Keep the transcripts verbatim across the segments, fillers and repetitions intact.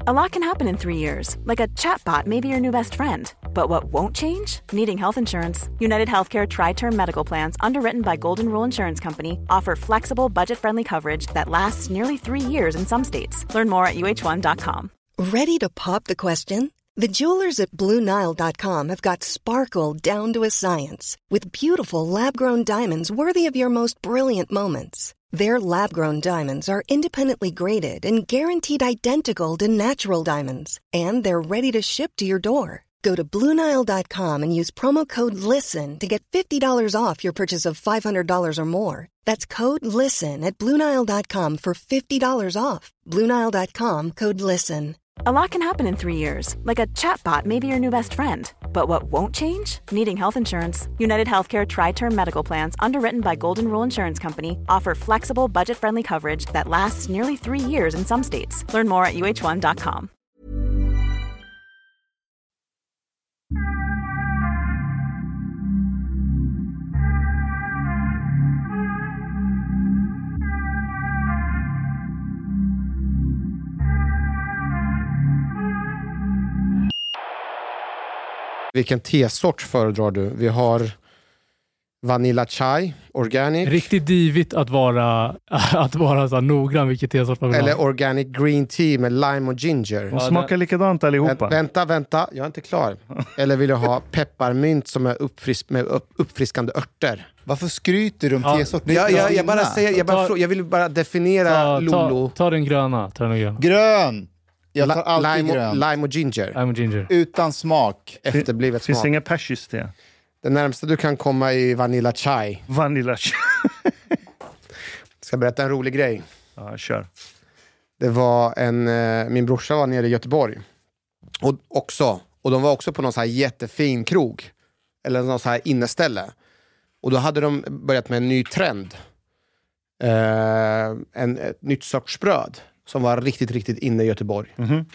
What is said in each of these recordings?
A lot can happen in three years, like a chatbot may be your new best friend. But what won't change? Needing health insurance. United Healthcare Tri-Term Medical Plans, underwritten by Golden Rule Insurance Company, offer flexible, budget-friendly coverage that lasts nearly three years in some states. Learn more at U H one dot com. Ready to pop the question? The jewelers at Blue Nile dot com have got sparkle down to a science with beautiful lab-grown diamonds worthy of your most brilliant moments. Their lab-grown diamonds are independently graded and guaranteed identical to natural diamonds, and they're ready to ship to your door. Go to Blue Nile dot com and use promo code LISTEN to get fifty dollars off your purchase of five hundred dollars or more. That's code LISTEN at Blue Nile dot com for fifty dollars off. Blue Nile dot com, code LISTEN. A lot can happen in three years, like a chatbot may be your new best friend. But what won't change? Needing health insurance. United Healthcare Tri-Term Medical Plans, underwritten by Golden Rule Insurance Company, offer flexible, budget-friendly coverage that lasts nearly three years in some states. Learn more at U H one dot com. Vilken tesort föredrar du? Vi har Vanilla Chai, Organic. Riktigt divigt att vara att vara så noggrann vilket tesort man vill Eller ha. Organic Green Tea med lime och ginger. De smakar ja, likadant allihopa. Vä- vänta, vänta. Jag är inte klar. Eller vill du ha pepparmynt som är uppfris- med upp- uppfriskande örter? Varför skryter du om ja. tesort? Jag, jag, jag, bara säger, jag, bara frå- jag vill bara definiera ta, Lolo. Ta, ta den gröna. Ta den gröna. Grön! Jag tar alltid lime, grön. Och, lime och ginger. Lime och ginger. Utan smak. Efterblivet smak. Finns det inga persis te? Det närmaste du kan komma i Vanilla Chai. Vanilla chai. Ska berätta en rolig grej. Ja, kör. Det var en... Eh, min brorsa var nere i Göteborg. Och också... Och de var också på någon så här jättefin krog. Eller någon så här inneställe. Och då hade de börjat med en ny trend. Eh, en, ett nytt sorts bröd. Som var riktigt, riktigt inne i Göteborg. Mm-hmm.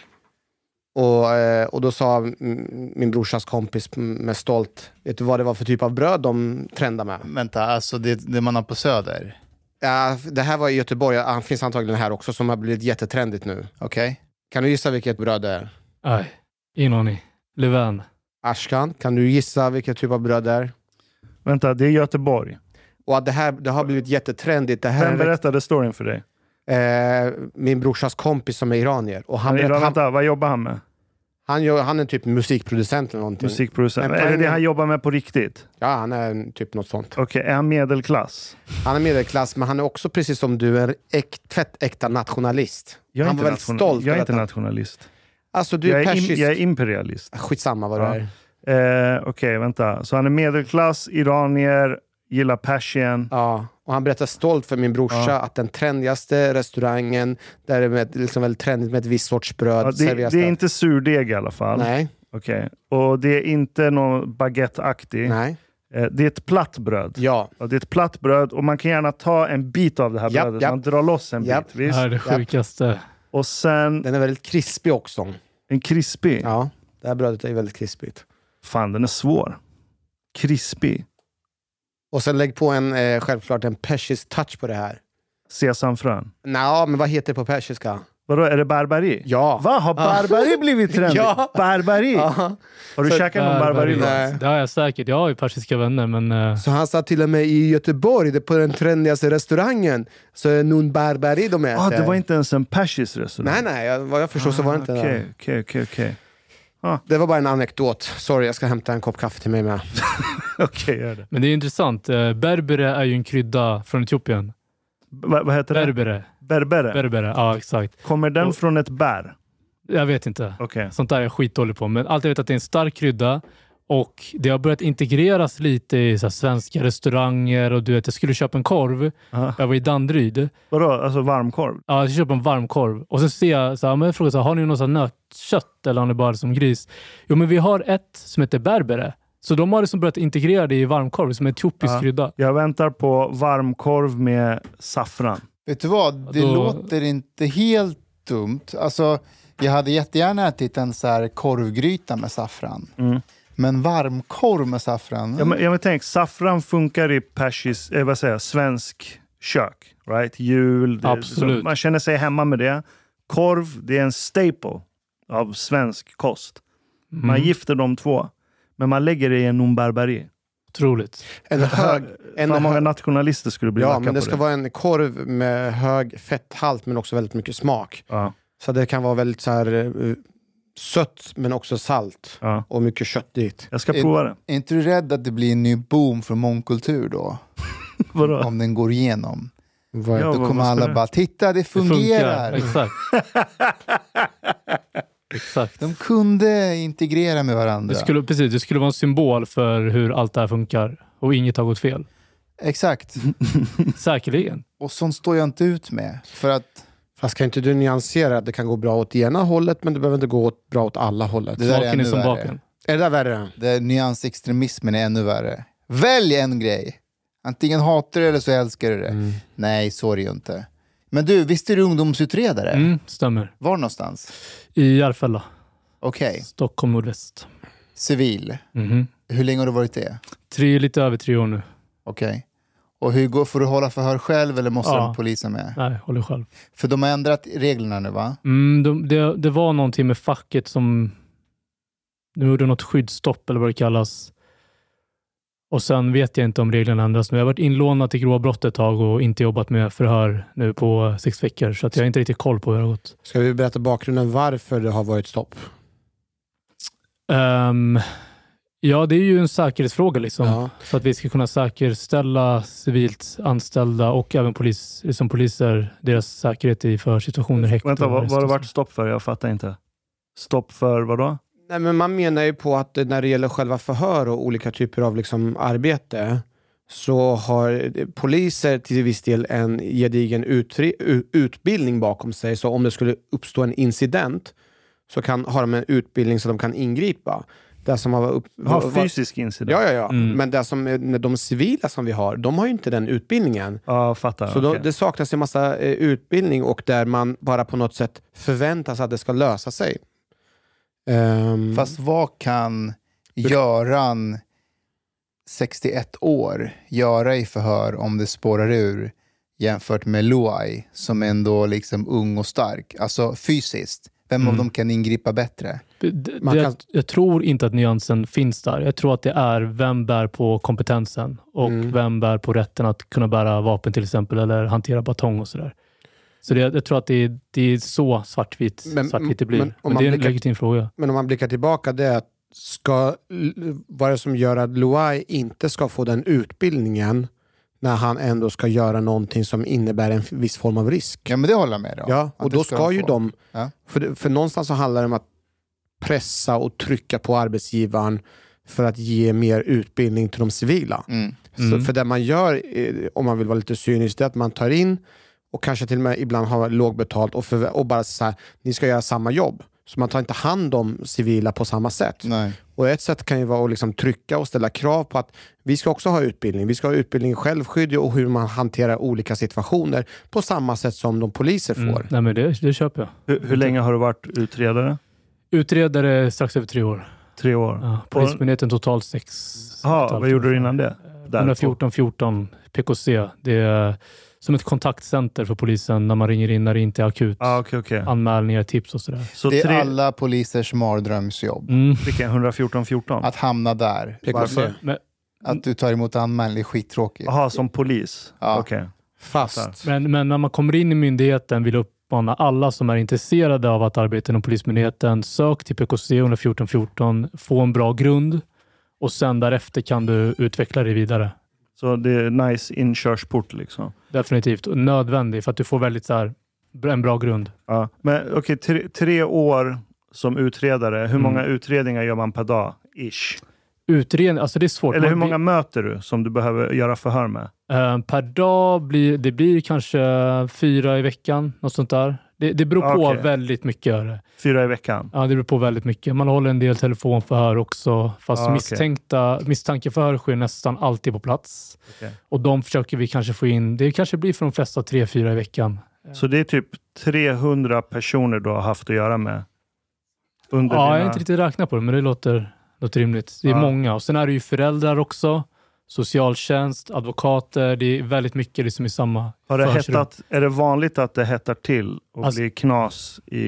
Och, eh, och då sa m- min brorsas kompis med stolt. Vet du vad det var för typ av bröd de trendade med? Vänta, alltså det, det man har på Söder. Ja, det här var i Göteborg. Han finns antagligen här också som har blivit jättetrendigt nu. Okej. Okay. Kan du gissa vilket bröd det är? Nej, ingen aning. Levan. Ashkan, kan du gissa vilket typ av bröd det är? Vänta, det är Göteborg. Och att det här det har blivit jättetrendigt. Det här Vem berättade rätt... storyn för dig? Eh, min brorsas kompis som är iranier. Och han, Iran, han, vänta, vad jobbar han med? Han, gör, han är typ musikproducent eller någonting. Musikproducent. Är det det han jobbar med på riktigt? Ja, han är typ något sånt. Okej, okay, är han medelklass? Han är medelklass, men han är också precis som du en äk, tvättäkta nationalist. Jag är han inte var väldigt nation- stolt. Jag är inte nationalist. Alltså, du jag, är är im- persisk. jag är imperialist. Skitsamma vad ja. det är. Eh, Okej, okay, vänta. Så han är medelklass, iranier, gillar Persien. Ja, och han berättar stolt för min brorsa ja. att den trendigaste restaurangen där det är liksom väldigt trendigt med ett visst sorts bröd ja, det, serveras det är där. inte surdeg i alla fall. Nej. Okej. Okay. Och det är inte någon baguette-aktig. Nej. Eh, det är ett platt bröd. Ja. Och det är ett platt bröd och man kan gärna ta en bit av det här japp, brödet. japp. Man drar loss en japp. bit. Visst? Det här är det sjukaste. Japp. Och sen... Den är väldigt krispig också. En krispig? Ja, det här brödet är väldigt krispigt. Fan, den är svår. Krispig. Och sen lägg på en, eh, självklart en persisk touch på det här. Sesamfrön? Nej, men vad heter det på persiska? Vadå, är det barbari? Ja. Vad? Har barbari blivit trendigt? Ja. Barbari? Ja. Har du så, käkat någon barbari? Nej. Det har jag säkert. Jag har ju persiska vänner, men... Uh... Så han sa till och med i Göteborg, det på den trendigaste restaurangen, så är någon barbari de äter. Ah, det var inte ens en persisk restaurang? Nej, nej. Jag, vad jag förstår ah, så var det inte okay, det. Okej, okej, okej. Det var bara en anekdot. Sorry, jag ska hämta en kopp kaffe till mig med. Okej, okay, gör det. Men det är intressant. Berbere är ju en krydda från Etiopien. Va, vad heter det? Berbere. Berbere? Berbere, ja exakt. Kommer den och, från ett bär? Jag vet inte. Okay. Sånt där är jag skitdålig på. Men allt jag vet att det är en stark krydda. Och det har börjat integreras lite i så här, svenska restauranger. Och du vet, jag skulle köpa en korv. Aha. Jag var i Danderyd. Vadå? Alltså varmkorv? Ja, jag köpte en varmkorv. Och sen ser jag, så här, men jag frågar så här, har ni något så här nötkött? Eller har ni bara som gris? Jo, men vi har ett som heter berbere. Så de har liksom börjat integrera det i varmkorv som en etiopisk ja. krydda. Jag väntar på varmkorv med saffran. Vet du vad? Det Då... låter inte helt dumt. Alltså, jag hade jättegärna ätit en så här korvgryta med saffran. Mm. Men varmkorv med saffran... Ja, men, jag men tänk, saffran funkar i persis, eh, vad säger jag, svensk kök. Right? Jul. Det, Absolut. man känner sig hemma med det. Korv, det är en staple. av svensk kost. Mm. Man gifter de två. Men man lägger det i en non-barbari. Otroligt. En hög, en Fan, många hög, nationalister skulle bli ja, lacka men det på ska vara en korv med hög fetthalt men också väldigt mycket smak. Ja, Så det kan vara väldigt så här uh, sött men också salt. ja. Och mycket köttigt. Jag ska prova det. Är inte du rädd att det blir en ny boom för mångkultur då? Vadå? Om den går igenom. Vad- Ja, Då vad- kommer vad ska alla det? bara, titta det Det fungerar. Exakt. Exakt. De kunde integrera med varandra. Det skulle, precis, det skulle vara en symbol för hur allt det här funkar. Och inget har gått fel. Exakt. Säkerligen. Och sånt står jag inte ut med. För att Fast kan inte du nyansera att det kan gå bra åt ena hållet men det behöver inte gå åt, bra åt alla hållet. Det där är Smaken är ännu som värre. baken. Är det där värre? det, nyansextremismen är ännu värre. Välj en grej. Antingen hatar du eller så älskar du det. Mm. Nej, så är det ju inte. Men du, visst är du ungdomsutredare? Mm, stämmer. Var någonstans? I Järfälla. Okej. Stockholm nordväst. Civil. Mhm. Hur länge har du varit det? Tre, lite över tre år nu. Okej. Och hur går, får du hålla förhör själv eller måste Ja. de polisen med? Nej, håller själv. För de har ändrat reglerna nu, va? Mm, de, det, det var någonting med facket som de gjorde något skyddsstopp eller vad det kallas. Och sen vet jag inte om reglerna ändras. Men jag har varit inlånad till grova brott ett tag och inte jobbat med förhör nu på sex veckor. Så att jag har inte riktigt koll på hur det har gått. Ska vi berätta bakgrunden varför det har varit stopp? Um, ja, det är ju en säkerhetsfråga liksom. Ja. Så att vi ska kunna säkerställa civilt anställda och även polis, liksom poliser, deras säkerhet i försituationer, häkte. Vänta, och vad, rest vad har och det så. varit stopp för? Jag fattar inte. Stopp för vad då? Nej, men man menar ju på att när det gäller själva förhör och olika typer av liksom arbete så har poliser till viss del en gedigen utfri- u- utbildning bakom sig. Så om det skulle uppstå en incident så kan, har de en utbildning så de kan ingripa. Det som har upp, Ha var- fysisk incident? Ja, ja, ja. Mm. Men det som, är- de civila som vi har, de har ju inte den utbildningen. Ja, fattar. Så då, okej. det saknas en massa eh, utbildning och där man bara på något sätt förväntas att det ska lösa sig. Ehm, Fast vad kan Göran, sextioett år, göra i förhör om det spårar ur jämfört med Luai som ändå liksom ung och stark? Alltså fysiskt. Vem av Mm. dem kan ingripa bättre? Det, det, Man kan- jag, jag tror inte att nyansen finns där. Jag tror att det är vem bär på kompetensen och Mm. vem bär på rätten att kunna bära vapen till exempel eller hantera batong och sådär. Så det, jag tror att det är, det är så svartvitt, Men- svartvitt det blir. men Men, om man det är en blickar- legitim fråga. Men om man blickar tillbaka, det är att ska, vad är det som gör att Luai inte ska få den utbildningen när han ändå ska göra någonting som innebär en viss form av risk? Ja, men det håller jag med om. Ja, Att och det då ska, de ju få. de... Ja. För, det- för någonstans så handlar det om att pressa och trycka på arbetsgivaren för att ge mer utbildning till de civila. Mm. Mm. Så för det man gör, eh, om man vill vara lite cynisk, det är att man tar in och kanske till och med ibland har lågbetalt och, för, och bara så här, ni ska göra samma jobb. Så man tar inte hand om civila på samma sätt. Nej. Och ett sätt kan ju vara att liksom trycka och ställa krav på att vi ska också ha utbildning. Vi ska ha utbildning i självskydd och hur man hanterar olika situationer på samma sätt som de poliser får. Mm. Nej, men det, det köper jag. Hur, hur länge har du varit utredare? Utredare strax över tre år. Tre år. Ja, Polismyndigheten totalt sex. Ja, ett vad halvt gjorde år. du innan det? Där. ett fjorton fjorton P K C. Det är som ett kontaktcenter för polisen när man ringer in när det inte är akut. Ah, okej, okej. Anmälningar, tips och sådär. Så Det är tre... alla polisers mardrömsjobb. Mm. Vilken? ett fjorton fjorton? Att hamna där. P K C. Varför? Men, Att du tar emot anmälan är skittråkigt. Jaha, som polis? Ja. Okej. Fast. men, men när man kommer in i myndigheten vill uppmana alla som är intresserade av att arbeta inom Polismyndigheten, sök till P K C ett fjorton fjorton, få en bra grund och sen därefter kan du utveckla dig vidare. Så det är nice inkörsport liksom. Definitivt. Och nödvändig för att du får väldigt så här, en bra grund. Ja. Men okej, tre, tre år som utredare. Hur Mm. många utredningar gör man per dag? Ish. Utredning, alltså det är svårt. Eller hur Man- många möter du som du behöver göra förhör med? Eh, per dag blir det blir kanske fyra i veckan, något sånt där. Det, det beror på Okej. väldigt mycket. är det. Fyra i veckan? Ja, det beror på väldigt mycket. Man håller en del telefonförhör också, fast Ah, okej. misstänkta, misstankeförhör sker nästan alltid på plats. Okej. Och de försöker vi kanske få in, det kanske blir för de flesta tre, fyra i veckan. Så det är typ trehundra personer du har haft att göra med? Under Ja, jag dina... har inte riktigt räknat på det, men det låter, låter rimligt. Det är Ja. många. Och sen är det ju föräldrar också, socialtjänst, advokater. Det är väldigt mycket liksom i samma Har det försrum. hettat, är det vanligt att det hettar till och Alltså- blir knas i,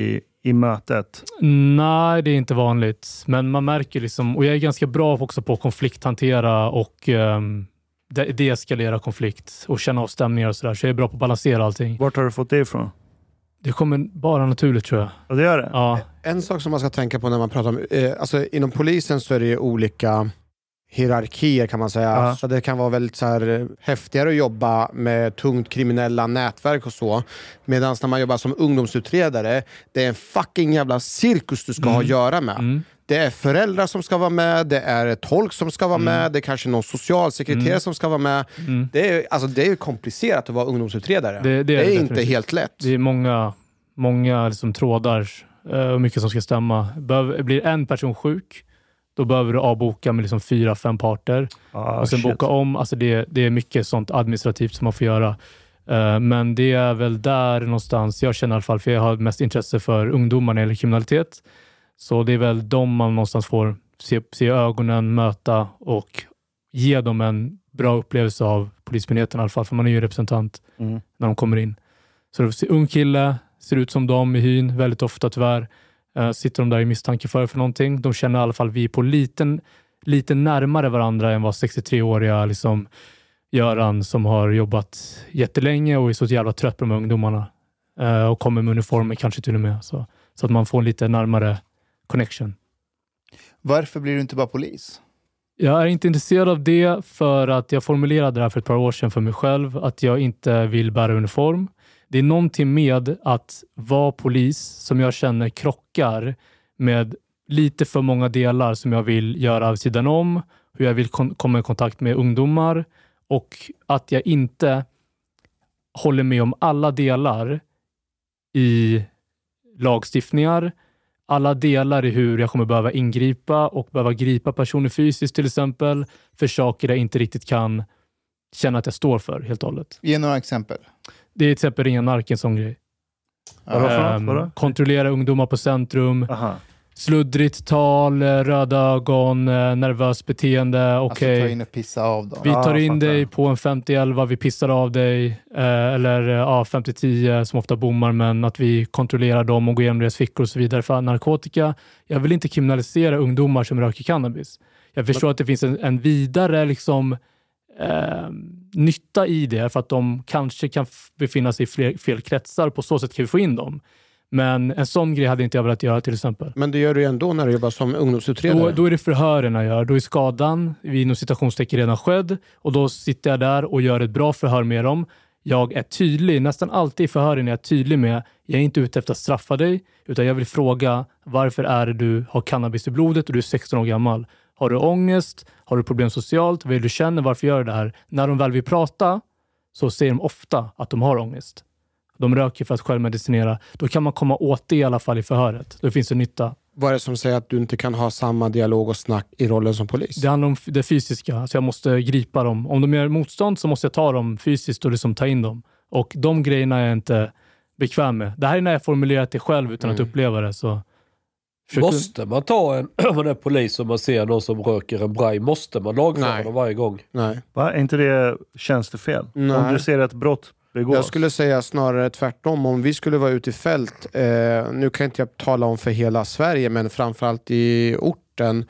i mötet? Nej, det är inte vanligt. Men man märker liksom, och jag är ganska bra också på att konflikthantera och um, de- deeskalera konflikt och känna av stämningar och sådär. Så jag är bra på att balansera allting. Vart har du fått det ifrån? Det kommer bara naturligt, tror jag. Och det gör det? Ja. En sak som man ska tänka på när man pratar om, eh, alltså inom polisen så är det ju olika hierarkier kan man säga. Ja. Så det kan vara väldigt så här, eh, häftigare att jobba med tungt kriminella nätverk och så. Medan när man jobbar som ungdomsutredare, det är en fucking jävla cirkus du ska Mm. ha att göra med. Mm. Det är föräldrar som ska vara med, det är tolk som ska vara Mm. med, det är kanske någon socialsekreterare Mm. som ska vara med. Mm. Det är, alltså, det är ju komplicerat att vara ungdomsutredare. Det- det Det, är det är inte definitivt. helt lätt. Det är många, många liksom trådar eh, och mycket som ska stämma. Behöver, blir en person sjuk, då behöver du avboka med liksom fyra, fem parter. Ah, och sen shit. boka om. Alltså det, det är mycket sånt administrativt som man får göra. Eh, men det är väl där någonstans, jag känner i alla fall, för jag har mest intresse för ungdomar när det gäller kriminalitet. Så det är väl de man någonstans får se, se i ögonen, möta och ge dem en bra upplevelse av polismyndigheten i alla fall. För man är ju representant Mm. när de kommer in. Så det ser ung kille, ser ut som dem i hyn väldigt ofta tyvärr. Uh, sitter de där i misstanke för, för någonting. De känner i alla fall vi är på liten, lite närmare varandra än vad sextiotre-åriga liksom, Göran som har jobbat jättelänge och är så jävla trött på de här ungdomarna. Uh, och kommer med uniformer kanske till och med. Så, så att man får en lite närmare connection. Varför blir du inte bara polis? Jag är inte intresserad av det för att jag formulerade det här för ett par år sedan för mig själv. Att jag inte vill bära uniform. Det är någonting med att vara polis som jag känner krockar med lite för många delar som jag vill göra av sidan om. Hur jag vill kon- komma i kontakt med ungdomar. Och att jag inte håller med om alla delar i lagstiftningar. Alla delar i hur jag kommer behöva ingripa och behöva gripa personer fysiskt till exempel. För saker jag inte riktigt kan känna att jag står för helt och hållet. Ge några exempel. Det är till exempel ringa narken som grej. Vadå för något? Ehm, Vadå? kontrollera ungdomar på centrum. Aha. Sluddrigt tal, eh, röda ögon, eh, nervöst beteende. Okej, Alltså ta in och pissa av dem. vi Ja, tar jag in fattar. dig på en femtio elva, vi pissar av dig. Eh, eller eh, ja, femtio tio som ofta bommar, men att vi kontrollerar dem och går igenom deras fickor och så vidare. För narkotika, jag vill inte kriminalisera ungdomar som röker cannabis. Jag förstår att det finns en, en vidare liksom Eh, nytta i det för att de kanske kan f- befinna sig i fler, fel kretsar. På så sätt kan vi få in dem. Men en sån grej hade inte jag velat göra till exempel. Men det gör du ju ändå när du jobbar som ungdomsutredare. Då, då är det förhören jag gör. Då är skadan inom citationstecken redan skedd. Och då sitter jag där och gör ett bra förhör med dem. Jag är tydlig, nästan alltid i förhören är jag tydlig med, jag är inte ute efter att straffa dig, utan jag vill fråga varför är det du har cannabis i blodet och du är sexton år gammal. Har du ångest? Har du problem socialt? Vad är det du känner? Varför gör du det här? När de väl vill prata så säger de ofta att de har ångest. De röker för att självmedicinera. Då kan man komma åt det i alla fall i förhöret. Då finns det nytta. Vad är det som säger att du inte kan ha samma dialog och snack i rollen som polis? Det handlar om f- det fysiska. Så jag måste gripa dem. Om de gör motstånd så måste jag ta dem fysiskt och liksom ta in dem. Och de grejerna är jag inte bekväm med. Det här är när jag formulerat det själv utan Mm. att uppleva det. Så försöker- Måste man ta en, om man är polis och man ser någon som röker en braj, måste man lagföra Nej. dem varje gång? Nej. Va? Är inte det tjänstefel? Nej. Om du ser ett brott begås. Jag skulle säga snarare tvärtom. Om vi skulle vara ute i fält, eh, nu kan inte jag tala om för hela Sverige, men framförallt i orten.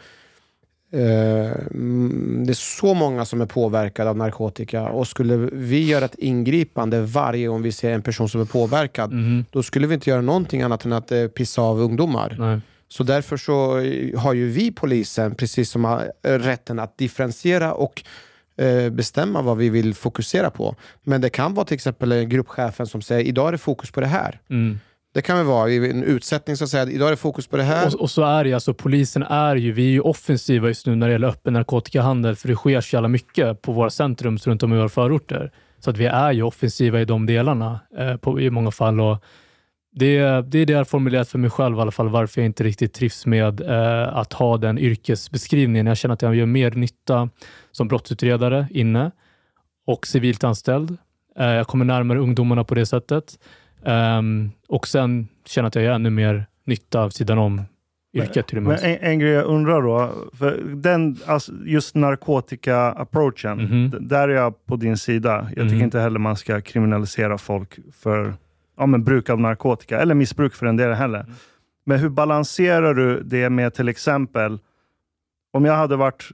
Eh, mm, det är så många som är påverkade av narkotika, och skulle vi göra ett ingripande varje gång vi ser en person som är påverkad, Mhm. då skulle vi inte göra någonting annat än att eh, pissa av ungdomar. Nej. Så därför så har ju vi polisen precis som har rätten att differentiera och eh, bestämma vad vi vill fokusera på. Men det kan vara till exempel gruppchefen som säger idag är det fokus på det här. Mm. Det kan väl vara i en utsättning som säger idag är det fokus på det här. Och, och så är det alltså, polisen är ju, vi är ju offensiva just nu när det gäller öppen narkotikahandel, för det sker så jävla mycket på våra centrum runt om i våra förorter. Så att vi är ju offensiva i de delarna eh, på, i många fall. Och det, det är det jag har formulerat för mig själv i alla fall, varför jag inte riktigt trivs med eh, att ha den yrkesbeskrivningen. Jag känner att jag gör mer nytta som brottsutredare inne och civilt anställd. Eh, jag kommer närmare ungdomarna på det sättet. Um, och sen känner att jag gör ännu mer nytta av sidan om yrket till och Men med. en, en grej jag undrar då, för den, alltså just narkotika-approachen, Mhm. d- där är jag på din sida. Jag tycker Mhm. inte heller man ska kriminalisera folk för ja, men bruk av narkotika, eller missbruk för en del heller. Men hur balanserar du det med till exempel om jag hade varit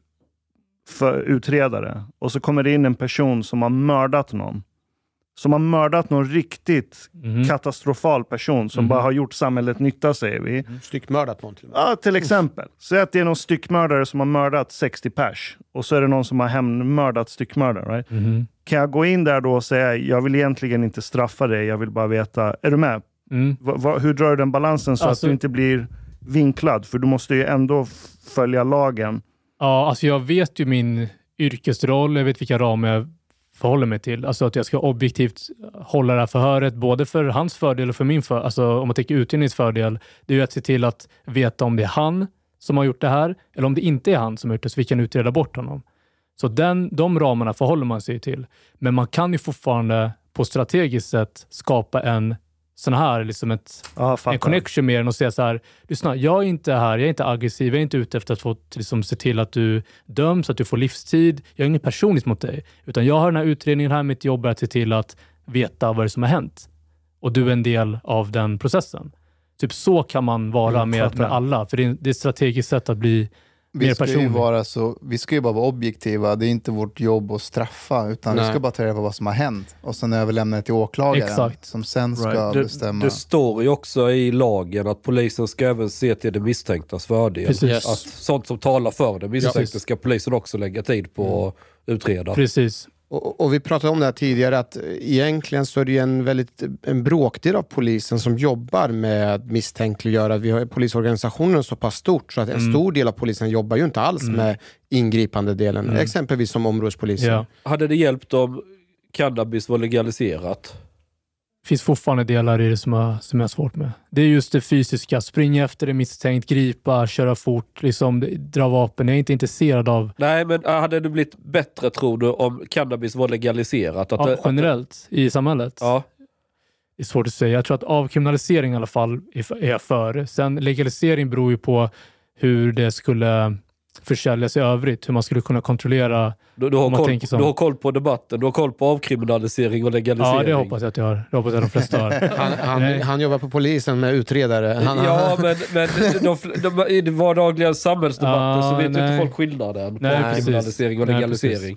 för utredare och så kommer det in en person som har mördat någon. Som har mördat någon riktigt Mm. katastrofal person som Mm. bara har gjort samhället nytta, säger vi. Styckmördat någon till. Ja, till exempel. Säg att det är någon styckmördare som har mördat sextio pers. Och så är det någon som har hämndmördat styckmördare. Right? Mm. Kan jag gå in där då och säga, jag vill egentligen inte straffa dig, jag vill bara veta, är du med? Mm. Va, va, hur drar du den balansen så Alltså- att du inte blir vinklad? För du måste ju ändå f- följa lagen. Ja, alltså jag vet ju min yrkesroll, jag vet vilka ramar jag förhåller mig till. Alltså att jag ska objektivt hålla det här förhöret både för hans fördel och för min fördel. Alltså om man tänker utredningens fördel, det är ju att se till att veta om det är han som har gjort det här eller om det inte är han som har gjort det, så vi kan utreda bort honom. Så den, de ramarna förhåller man sig till. Men man kan ju fortfarande på strategiskt sätt skapa en sån här, liksom ett, Ja, en fattar. connection med den och säga så här, lyssna, jag är inte här, jag är inte aggressiv, jag är inte ute efter att få liksom, se till att du döms, att du får livstid. Jag är inget personligt mot dig, utan jag har den här utredningen här, mitt jobb är att se till att veta vad det är som har hänt. Och du är en del av den processen. Typ så kan man vara Mm, med, fattar. med alla, för det är, det är ett strategiskt sätt att bli Vi mer ska, ju personlig. vara så, vi ska ju bara vara objektiva. Det är inte vårt jobb att straffa, utan Nej. vi ska bara ta reda på vad som har hänt och sen överlämna det till åklagaren Exakt. som sen ska Right. Det, bestämma. det står ju också i lagen att polisen ska även se till det misstänktas fördel. Precis. Yes. Att sånt som talar för det misstänkte precis. ska polisen också lägga tid på att utreda. Precis. Och, och vi pratade om det här tidigare, att egentligen så är det ju en väldigt en bråkdel av polisen som jobbar med misstänkliggöra. Vi har polisorganisationen så pass stort så att en Mm. stor del av polisen jobbar ju inte alls med ingripande delen. Mm. Exempelvis som områdespolisen. Ja. Hade det hjälpt om cannabis var legaliserat? Det finns fortfarande delar i det som jag, som jag har svårt med. Det är just det fysiska. Springa efter det misstänkt, gripa, köra fort, liksom, dra vapen. Jag är inte intresserad av Nej, men hade det blivit bättre, tror du, om cannabis var legaliserat? Att ja, det, generellt i samhället. Ja. Det är svårt att säga. Jag tror att avkriminalisering i alla fall är är jag för. Sen legalisering beror ju på hur det skulle försäljas i övrigt. Hur man skulle kunna kontrollera. Du, du, har Om man koll, tänker som- du har koll på debatten, du har koll på avkriminalisering och legalisering. Ja, det hoppas jag att jag har. Det hoppas jag de flesta har. Han, han, Nej. han jobbar på polisen med utredare. Han, Ja, men, men de, de, i den vardagliga samhällsdebatten Ja, så vet ju inte nej. folk skillnaden på Nej, avkriminalisering och precis. Nej, legalisering.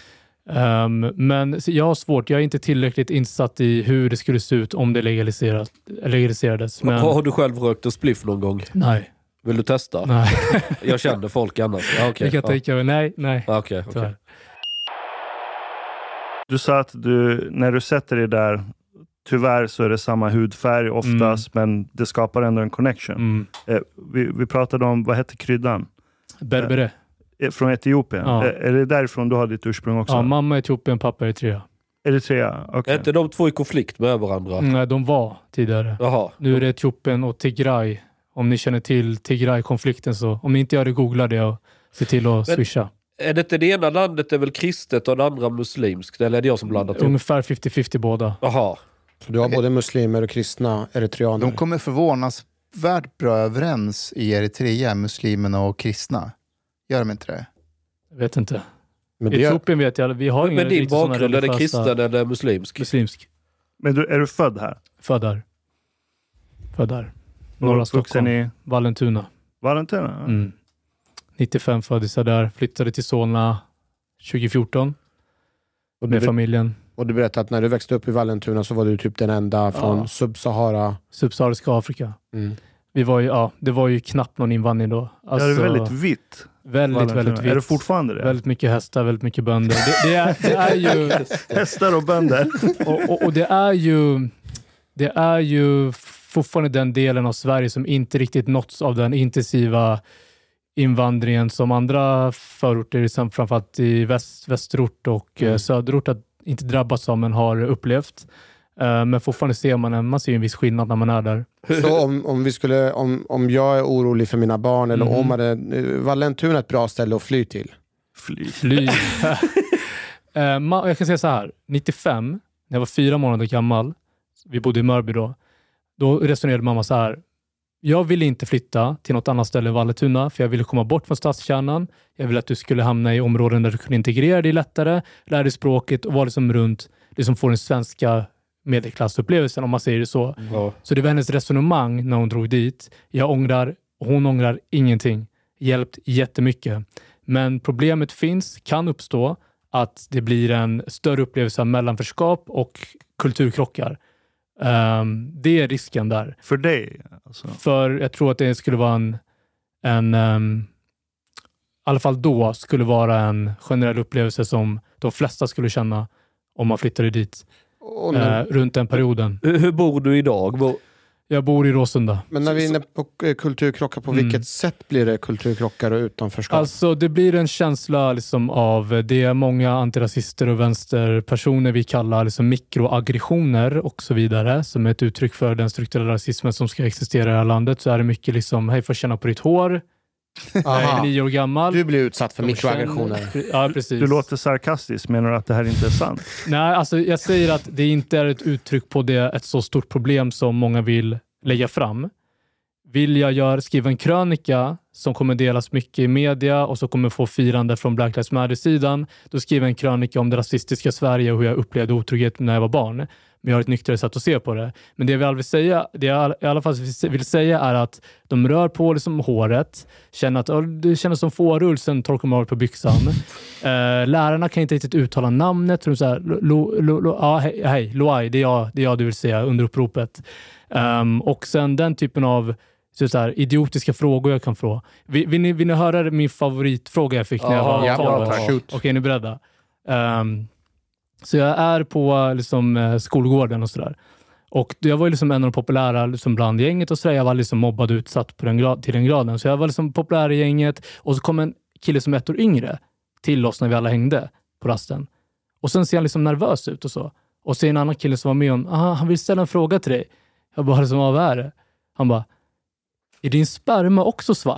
Um, men så jag har svårt. Jag är inte tillräckligt insatt i hur det skulle se ut om det legaliserat, legaliserades. Men Har, har du själv rökt en spliff någon gång? nej, Vill du testa? nej. Jag känner folk annars. Ja, okej. Jag kan Ja. tänka mig, nej, nej. Ja, okej, okej. Tyvärr. Du sa att du, när du sätter dig där, tyvärr så är det samma hudfärg oftast, men det skapar ändå en connection. Mm. Eh, vi, vi pratade om, vad heter kryddan? Berbere. Eh, Från Etiopien. Ja. Eh, är det därifrån du har ditt ursprung också? Ja, mamma är Etiopien, pappa är Eritrea. Eritrea, okej. Är inte de två i konflikt med varandra? Nej, de var tidigare. Jaha. Nu är det Etiopien och Tigray. Om ni känner till Tigray-konflikten så, om ni inte gör det, googla det och se till att Men- swisha. Är det inte det ena landet är väl kristet och det andra muslimskt? Eller är det jag som blandat ihop? Ungefär femtio femtio båda. Jaha. Så du har både muslimer och kristna eritreaner. De kommer förvånansvärt bra överens i Eritrea, muslimerna och kristna. Gör de inte det? Jag vet inte. Men det, Etiopien vet jag, vi har Men, inga men din riktigt såna bakgrund, är det religiösa- kristen eller muslimsk? Muslimsk. Men du, är du född här? Född där. Född där. Och Norra uppvuxen Stockholm. i Vallentuna. Vallentuna? Mm. nittiofem föddes jag där. Flyttade till Solna tjugo fjorton och, med du, familjen. och du berättade att när du växte upp i Vallentuna så var du typ den enda från Ja. Subsahara. Subsahariska Afrika. Mm. Vi var ju, ja, det var ju knappt någon invandring då. Alltså, Ja, det är väldigt vitt. väldigt, Vallentuna. väldigt vitt. Är det fortfarande det? Väldigt mycket hästar, väldigt mycket bönder. Det, det, är, det är ju... Hästar och bönder. Och, och, och det är ju... Det är ju fortfarande den delen av Sverige som inte riktigt nåtts av den intensiva invandringen som andra förorter, som framförallt i väst, västerort och Mm. mm. söderort, att inte drabbats av men har upplevt. Uh, men fortfarande ser man en, man ser en viss skillnad när man är där. Så om, om, vi skulle, om, om jag är orolig för mina barn eller Mhm. om man är, Vallentuna är ett bra ställe att fly till. Fly. Fly. uh, ma- jag kan säga så här. nittiofem, när jag var fyra månader gammal, vi bodde i Mörby då, då resonerade mamma så här: jag ville inte flytta till något annat ställe än Vallentuna, för jag ville komma bort från stadskärnan. Jag ville att du skulle hamna i områden där du kunde integrera dig lättare, lära dig språket och vara liksom runt, liksom få den svenska medelklassupplevelsen, om man säger det så. Ja. Så det var hennes resonemang när hon drog dit. Jag ångrar, hon ångrar ingenting. Hjälpt jättemycket. Men problemet finns, kan uppstå, att det blir en större upplevelse av mellanförskap och kulturkrockar. Um, det är risken där. För dig? Alltså. För jag tror att det skulle vara en, en um, i alla fall då skulle vara en generell upplevelse som de flesta skulle känna om man flyttade dit Och när, uh, runt den perioden. Hur, hur bor du idag? Bor... Jag bor i Råsunda. men när vi är inne på eh, kulturkrockar, på Mm. vilket sätt blir det kulturkrockar och utanförskap? Alltså det blir en känsla liksom av, det är många antirasister och vänsterpersoner vi kallar liksom mikroaggressioner och så vidare, som är ett uttryck för den strukturella rasismen som ska existera i det här landet. Så är det mycket liksom, hej, får känna på ditt hår. Jag är nio år gammal. Du blir utsatt för De mikroaggressioner. känner- Ja, precis. Du låter sarkastisk. Menar du att det här inte är sant? Nej, alltså jag säger att det inte är ett uttryck på det, ett så stort problem som många vill lägga fram. Vill jag gör, skriva en krönika som kommer delas mycket i media och så kommer få firande från Black Lives Matter-sidan, då skriver jag en krönika om det rasistiska Sverige och hur jag upplevde otrygghet när jag var barn. Men jag har ett nyktrare sätt att se på det. Men det jag vill säga, det jag i alla fall vill säga är att de rör på liksom håret, känner att oh, det känns som fårull, sen torkar man av på byxan. Uh, lärarna kan inte riktigt uttala namnet. Så de säger, lo, lo, lo, ah, hej, hej, Loai, det är jag, det är jag du vill säga under uppropet. Um, och sen den typen av så så här, idiotiska frågor jag kan få. Vill, vill, ni, vill ni höra min favoritfråga jag fick när jag var ja, tolv år? ja, shoot. Okej, är ni beredda? Um, så jag är på liksom, skolgården och sådär. Och jag var ju liksom en av de populära liksom, bland gänget och sådär. Jag var liksom mobbad och utsatt på den grad, till den graden. Så jag var liksom populär i gänget. Och så kom en kille som är ett år yngre till oss när vi alla hängde på rasten. Och sen ser han liksom nervös ut och så. Och så är en annan kille som var med om, aha, han vill ställa en fråga till dig. Jag bara, liksom, vad är det? Han bara, är din sperma också svart?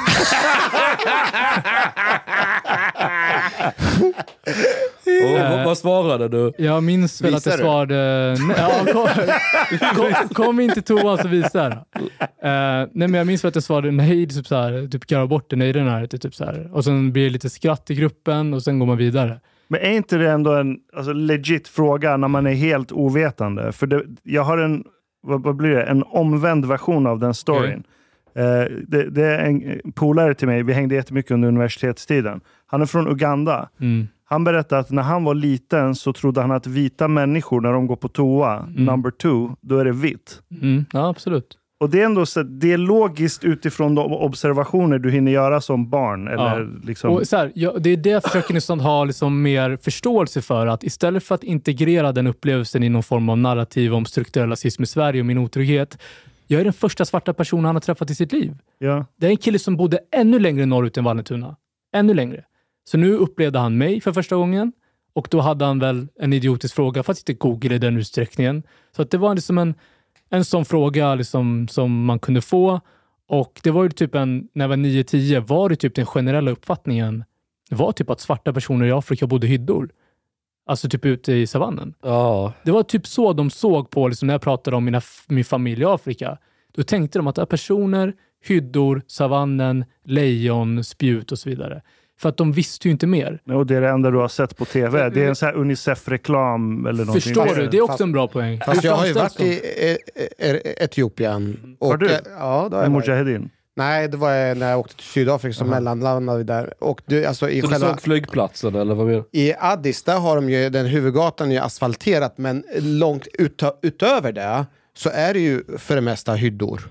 Och, vad, vad svarade du? Jag minns väl Visar att jag du? svarade... Nej, ja, kom, kom, kom inte Thomas och visa. Uh, nej, men jag minns väl att jag svarade nej, typ så här, typ garva bort det, nej den här, typ så här. Och sen blir det lite skratt i gruppen och sen går man vidare. Men är inte det ändå en alltså, legit fråga när man är helt ovetande? För det, jag har en, vad, vad blir det? En omvänd version av den storyn. Okay. Eh, det, det är en polare till mig, vi hängde jättemycket under universitetstiden. Han är från Uganda. Mm. Han berättade att när han var liten så trodde han att vita människor, när de går på toa, Mm. number two, då är det vitt. Mm. Ja, absolut. Och det är ändå så, det är logiskt utifrån de observationer du hinner göra som barn. Eller Ja. liksom... Och så här, ja, det är det jag försöker nästan ha liksom mer förståelse för, att istället för att integrera den upplevelsen i någon form av narrativ om strukturell rasism i Sverige och min otrygghet, jag är den första svarta personen han har träffat i sitt liv. Ja. Det är en kille som bodde ännu längre norrut än Vallentuna. Ännu längre. Så nu upplevde han mig för första gången. Och då hade han väl en idiotisk fråga, fast inte Google i den utsträckningen. Så att det var liksom en, en sån fråga liksom, som man kunde få. Och det var ju typ en, när jag var nio tio var det typ den generella uppfattningen. Det var typ att svarta personer i Afrika bodde i hyddor. Alltså typ ute i savannen. Ja. Det var typ så de såg på liksom, när jag pratade om mina, min familj i Afrika. Då tänkte de att det är personer, hyddor, savannen, lejon, spjut och så vidare. För att de visste ju inte mer. Och det är det enda du har sett på tv. Det är en sån här Unicef-reklam eller någonting. Förstår du? Det är också Fast- en bra poäng. Fast Det jag har ju framställs varit i e- e- Etiopien. Och, Har du? eh, Ja, det har En jag varit. mujahedin. Nej, det var jag när jag åkte till Sydafrika, så mellanlandade vi där. Och du, alltså, i, Så du själva, såg flygplatsen eller vad menar du? i Addis, där har de ju, den huvudgatan är ju asfalterat, men långt ut, utöver det så är det ju för det mesta hyddor.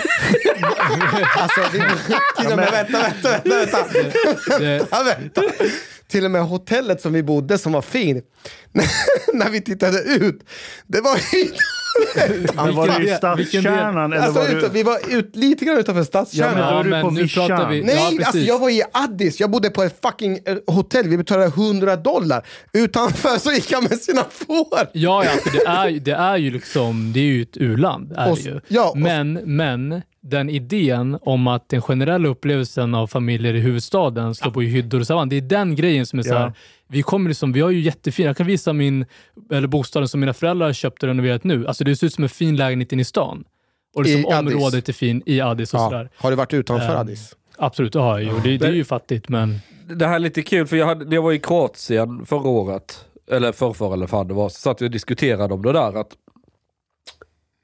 Alltså, det, till och med, vänta, vänta, vänta, vänta. Det- vänta, vänta. Till och med hotellet som vi bodde, som var fin, när vi tittade ut, det var hyddor. Men var Vilken det i del- vilken del- stadskärnan? Eller Alltså, var ut, du... vi var ut, lite grann utanför stadskärnan. Ja, men då är du men på nu Vischan. pratar vi... Nej, ja, alltså precis. jag var i Addis, jag bodde på ett fucking eh, hotell, vi betalade hundra dollar. Utanför så gick jag med sina får. Ja, ja, för det är, ju- det är ju liksom, det är ju ett u-land. Är Och- det ju. ja, och- men, men den idén om att den generella upplevelsen av familjer i huvudstaden ska bo i hyddor och savann, det är den grejen som är så här. Ja. Vi kommer liksom, vi har ju jättefina, jag kan visa min, eller bostaden som mina föräldrar köpte och renoverat nu. Alltså det ser ut som en fin lägenhet inne i stan. Och liksom I Addis. området är fin i Addis och Ja. sådär. Har du varit utanför Ehm, Addis? Absolut, det har jag ju. Det, det är ju fattigt, men... Det här är lite kul för jag, hade, när jag var i Kroatien förra året, eller förrförra eller fan det var, så satt vi och diskuterade om det där att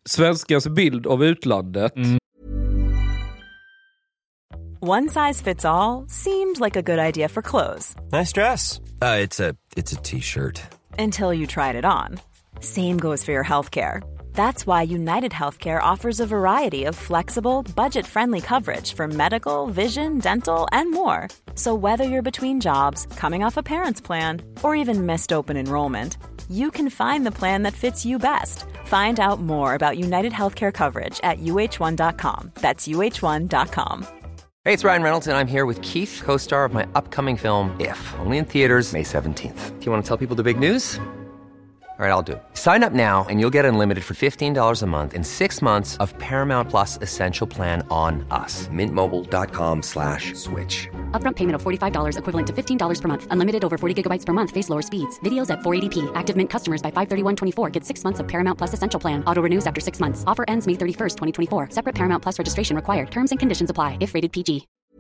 svenskans bild av utlandet. Mm. One size fits all seemed like a good idea for clothes. Nice dress. Uh, it's a it's a t-shirt. Until you tried it on. Same goes for your healthcare. That's why United Healthcare offers a variety of flexible, budget-friendly coverage for medical, vision, dental, and more. So whether you're between jobs, coming off a parent's plan, or even missed open enrollment, you can find the plan that fits you best. Find out more about United Healthcare coverage at U H one dot com. That's U H one dot com. Hey, it's Ryan Reynolds, and I'm here with Keith, co-star of my upcoming film, If, only in theaters May seventeenth. Do you want to tell people the big news? All right, I'll do it. Sign up now and you'll get unlimited for fifteen dollars a month and six months of Paramount Plus Essential Plan on us. Mint Mobile dot com slash switch. Upfront payment of forty-five dollars equivalent to fifteen dollars per month. Unlimited over forty gigabytes per month. Face lower speeds. Videos at four eighty p. Active Mint customers by five thirty-one twenty-four get six months of Paramount Plus Essential Plan. Auto renews after six months. Offer ends May thirty-first, twenty twenty-four. Separate Paramount Plus registration required. Terms and conditions apply if rated P G.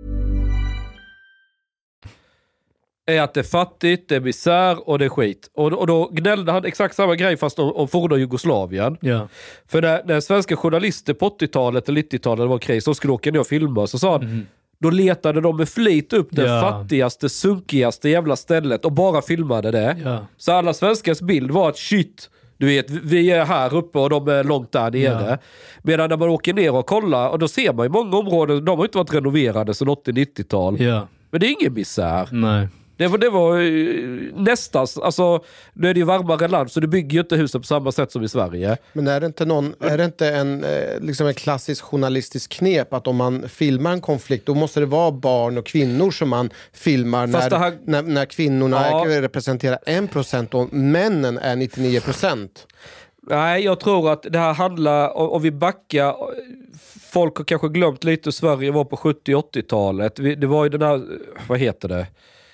Är att det är fattigt, det är misär och det är skit. Och, och då gnällde han exakt samma grej fast om, om forna Jugoslavien. Ja. För när, när svenska journalister på åttiotalet och nittiotalet, det var kris, de skulle åka ner och filma, så sa han, mm. då letade de med flit upp det ja. fattigaste, sunkigaste jävla stället och bara filmade det. Ja. Så alla svenskars bild var att shit, du vet, vi är här uppe och de är långt där nere. Ja. Medan när man åker ner och kollar, och då ser man i många områden, de har inte varit renoverade sedan åttio-nittiotal. Ja. Men det är ingen misär. Nej. Det var, det var nästan, alltså nu är det ju varmare land så det bygger ju inte huset på samma sätt som i Sverige. Men är det inte, någon, är det inte en, eh, liksom en klassisk journalistisk knep att om man filmar en konflikt då måste det vara barn och kvinnor som man filmar när, här, när, när kvinnorna ja. representerar en procent och männen är nittionio procent? Nej, jag tror att det här handlar, om vi backar, folk har kanske glömt lite hur Sverige var på sjuttio- och åttiotalet. Det var ju den här, vad heter det?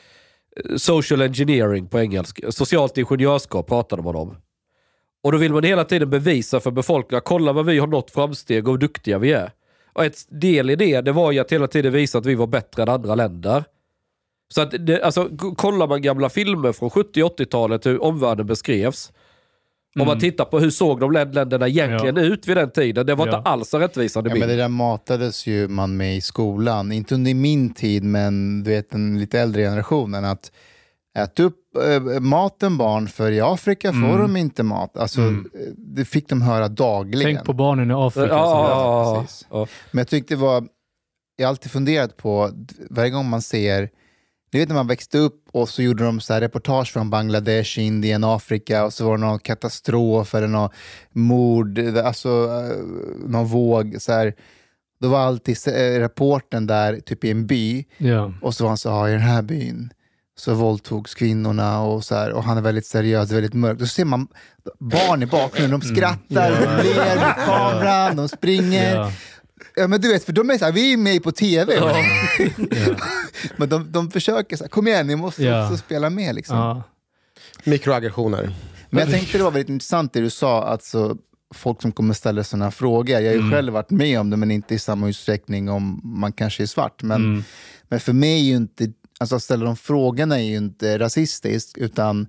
Social engineering på engelska. Socialt ingenjörskap pratade man om. Och då vill man hela tiden bevisa för befolkningen, kolla vad vi har nått framsteg och hur duktiga vi är. Och ett del i det, det var ju att hela tiden visa att vi var bättre än andra länder. Så att det, alltså, kollar man gamla filmer från sjuttio- och åttiotalet hur omvärlden beskrevs. Om mm. man tittar på hur såg de länderna egentligen ja. ut vid den tiden. Det var ja. inte alls rättvisande ja, bild. men det där matades ju man med i skolan. Inte under min tid, men du vet den lite äldre generationen. Att äta upp äh, maten barn, för i Afrika får mm. de inte mat. Alltså, mm. det fick de höra dagligen. Tänk på barnen i Afrika. Ja, ja, ja, ja. Men jag tyckte det var, jag har alltid funderat på, varje gång man ser, du vet när man växte upp och så gjorde de så här reportage från Bangladesh, Indien, Afrika och så var det någon katastrof eller någon mord, alltså någon våg så här. Då var alltid rapporten där typ i en by ja. och så var han så här, i den här byn så våldtogs kvinnorna och så här, och han är väldigt seriös, väldigt mörk. Då ser man barn i bakgrunden, de skrattar, mm. ja. de ler med kameran, de springer. Ja. Ja, men du vet, för de är så här, vi är med på tv. Ja. ja. Men de, de försöker så här, kom igen, ni måste ja. också spela med liksom. Ja. Mikroaggressioner. Men jag tänkte det var väldigt intressant det du sa, alltså folk som kommer ställa sådana frågor. Jag har ju mm. själv varit med om det, men inte i samma utsträckning om man kanske är svart. Men, mm. men för mig är ju inte, alltså att ställa de frågorna är ju inte rasistiskt, utan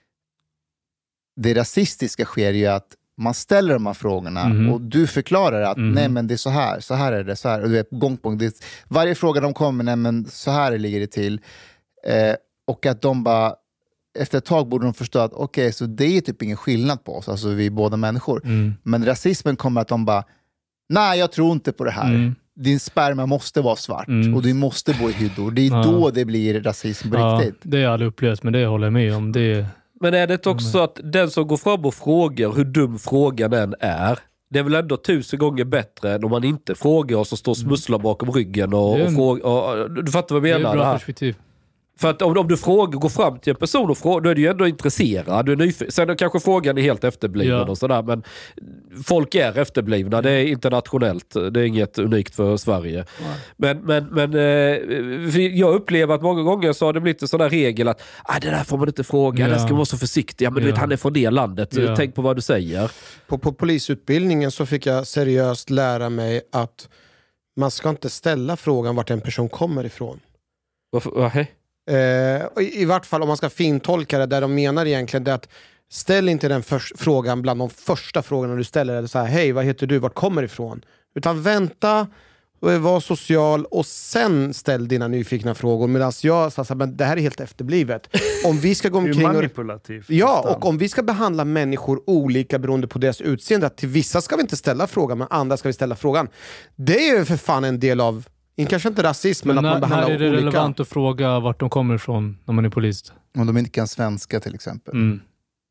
det rasistiska sker ju att man ställer de här frågorna mm. och du förklarar att mm. nej men det är så här, så här är det, så här. Och du vet, gång på gång, det är, varje fråga de kommer, nej men så här ligger det till. Eh, och att de bara, efter ett tag borde de förstå att okej, okay, så det är typ ingen skillnad på oss, alltså vi är båda människor. Mm. Men rasismen kommer att de bara, nej jag tror inte på det här. Mm. Din sperma måste vara svart mm. och du måste bo i hyddor. Det är ja. då det blir rasism på ja, riktigt. Det är aldrig upplevt, men det håller jag med om. Det Men är det också mm. att den som går fram och frågar hur dum frågan än är, det är väl ändå tusen gånger bättre än om man inte frågar och så står smusslar bakom ryggen och, en, och frågar. Och, du fattar vad jag menar? Det är ett bra perspektiv. För att om, om du frågar, går fram till en person och frågar, då är du ju ändå intresserad. Du är nyfiken. Sen kanske frågan är helt efterbliven ja. och sådär, men folk är efterblivna. Det är internationellt. Det är inget unikt för Sverige. Ja. Men, men, men eh, jag upplever att många gånger så har det blivit en sån där regel att ah, det där får man inte fråga, ja. det ska vara så försiktig. Men ja. du vet, han är från det landet. Ja. Tänk på vad du säger. På, på polisutbildningen så fick jag seriöst lära mig att man ska inte ställa frågan vart en person kommer ifrån. Varför? Hej. Uh, i, I vart fall om man ska fintolka det, där de menar egentligen det att ställ inte den för- frågan bland de första frågorna du ställer. Eller så här, hej, vad heter du? Vart kommer ifrån? Utan vänta, var social och sen ställ dina nyfikna frågor. Medan jag sa så här, men det här är helt efterblivet. Om vi ska gå omkring och... manipulativt. Ja, och om vi ska behandla människor olika beroende på deras utseende, att till vissa ska vi inte ställa frågan, men andra ska vi ställa frågan. Det är ju för fan en del av, kanske inte rasism, men, men när, att man behandlar olika. När är det olika. relevant att fråga vart de kommer ifrån när man är polis? Om de inte kan svenska till exempel. Mm.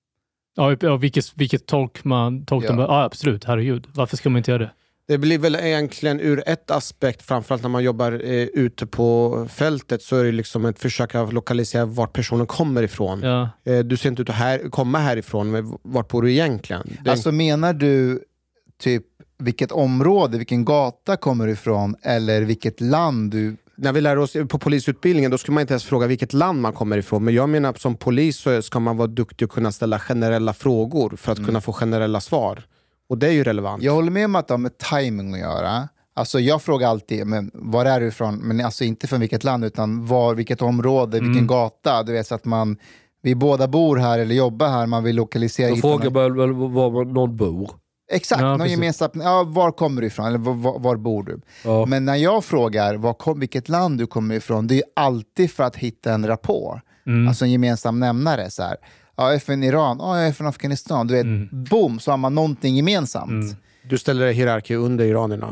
Ja, ja, vilket, vilket tolk man tolk Ja. de, ja, absolut, herregud. Varför ska man inte göra det? Det blir väl egentligen ur ett aspekt, framförallt när man jobbar eh, ute på fältet, så är det liksom ett försök att lokalisera vart personen kommer ifrån. Ja. Eh, du ser inte ut att här, komma härifrån, men vart bor du egentligen? Det... Alltså menar du typ vilket område, vilken gata kommer du ifrån eller vilket land du... När vi lär oss på polisutbildningen, då ska man inte ens fråga vilket land man kommer ifrån. Men jag menar att som polis så ska man vara duktig och kunna ställa generella frågor för att mm. kunna få generella svar. Och det är ju relevant. Jag håller med om att det har med timing att göra. Alltså jag frågar alltid, men var är du ifrån? Men alltså inte från vilket land, utan var, vilket område, mm. vilken gata. Du vet, så att man, vi båda bor här eller jobbar här, man vill lokalisera... Då frågar man väl var någon bor. Exakt, ja, någon gemensamt, ja, var kommer du ifrån eller var, var, var bor du? Ja. Men när jag frågar var kom, vilket land du kommer ifrån, det är alltid för att hitta en rapport. Mm. Alltså en gemensam nämnare. Så här. Ja, jag är från Iran, ja, jag är från Afghanistan. Du vet, mm. boom, så har man någonting gemensamt. Mm. Du ställer hierarki under iranerna.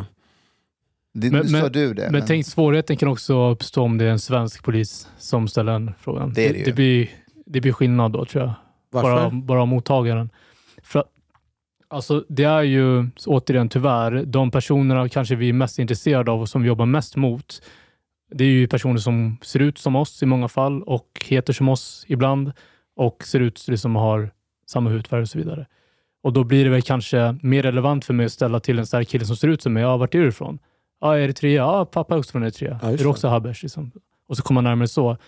Det, men, nu men, sa du det. Men, men tänk, svårigheten kan också uppstå om det är en svensk polis som ställer en frågan. Det, är det, det, det, blir, det blir skillnad då, tror jag. Varför? Bara, bara mottagaren. För alltså, det är ju, återigen tyvärr, de personerna kanske vi är mest intresserade av och som vi jobbar mest mot. Det är ju personer som ser ut som oss i många fall och heter som oss ibland och ser ut som har samma hudfärg och så vidare. Och då blir det väl kanske mer relevant för mig att ställa till en stark kille som ser ut som mig. Ja, vart är du ifrån? Ja, Eritrea. Ja, pappa är också från Eritrea. Ja, är du också Habesh? Liksom. Och så kommer man närmare så.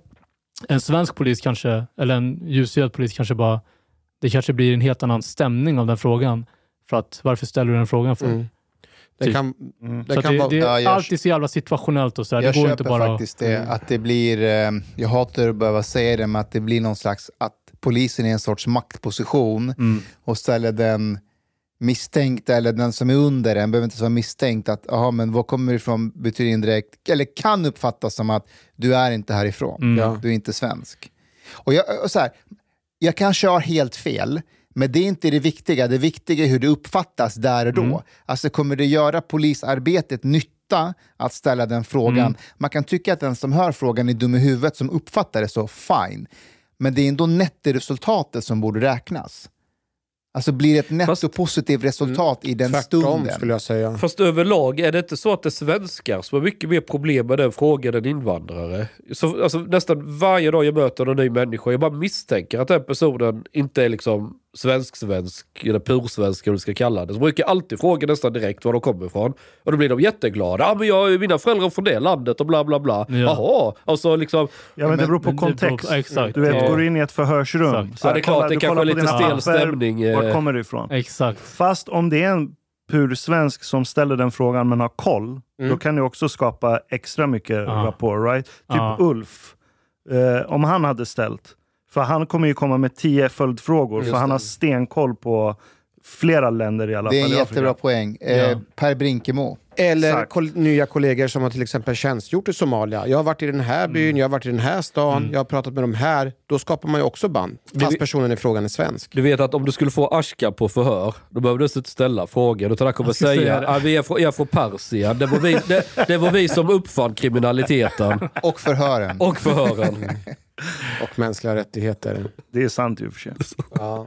En svensk polis kanske, eller en ljushyad polis kanske bara, det kanske blir en helt annan stämning av den frågan. För att, varför ställer du den frågan för? Mm. Det typ. kan, mm. det så kan det, vara, det är ja, jag, alltid så jävla situationellt och så här. Jag det går köper inte bara faktiskt det, mm. att det blir, eh, jag hatar att behöva säga det, men att det blir någon slags, att polisen är en sorts maktposition mm. och ställer den misstänkta eller den som är under den, behöver inte vara misstänkt att, aha, men vad kommer ifrån betyder indirekt, eller kan uppfattas som att du är inte härifrån, mm. ja. Du är inte svensk. Och, jag, och så här, jag kanske har helt fel, men det är inte det viktiga. Det viktiga är hur det uppfattas där och då. Mm. Alltså kommer det göra polisarbetet nytta att ställa den frågan? Mm. Man kan tycka att den som hör frågan är dum i huvudet som uppfattar det så, fine. Men det är ändå nettoresultatet som borde räknas. Alltså blir det ett nettopositivt resultat mm, i den tvärtom, stunden. Skulle jag säga. Fast överlag är det inte så att det är svenskar som har mycket mer problem med den frågan än invandrare. Så, alltså, nästan varje dag jag möter en ny människa, jag bara misstänker att den personen inte är liksom svensk-svensk eller pursvensk, eller vad du ska kalla det. Så brukar alltid fråga nästan direkt var de kommer ifrån. Och då blir de jätteglada. Ja, men jag, mina föräldrar är från det landet och bla bla bla. Ja. Jaha, alltså liksom... Ja, men det beror på kontext. På, exakt. Du vet, ja. Går du in i ett förhörsrum. Så här, ja, det är klart, det kanske är lite stel stämning. Var kommer du ifrån? Exakt. Fast om det är en pur svensk som ställer den frågan men har koll, mm. då kan det också skapa extra mycket ja. rapport, right? Typ ja. Ulf. Eh, om han hade ställt, för han kommer ju komma med tio följdfrågor, just för han det. Har stenkoll på flera länder i alla fall. Det är en jättebra poäng. Eh, ja. Per Brinkemo. Eller kol- nya kollegor som har till exempel tjänstgjort i Somalia. Jag har varit i den här byn, mm. jag har varit i den här stan, mm. jag har pratat med de här. Då skapar man ju också band. Fast personen i frågan är svensk. Du vet att om du skulle få Ashka på förhör, då behöver du inte ställa frågan, utan han kommer säga att ah, vi är från, är från Persien. Det var, vi, det, det var vi som uppfann kriminaliteten. Och förhören. Och förhören. Mm. Och mänskliga rättigheter. Det är sant i och för sig. Ja.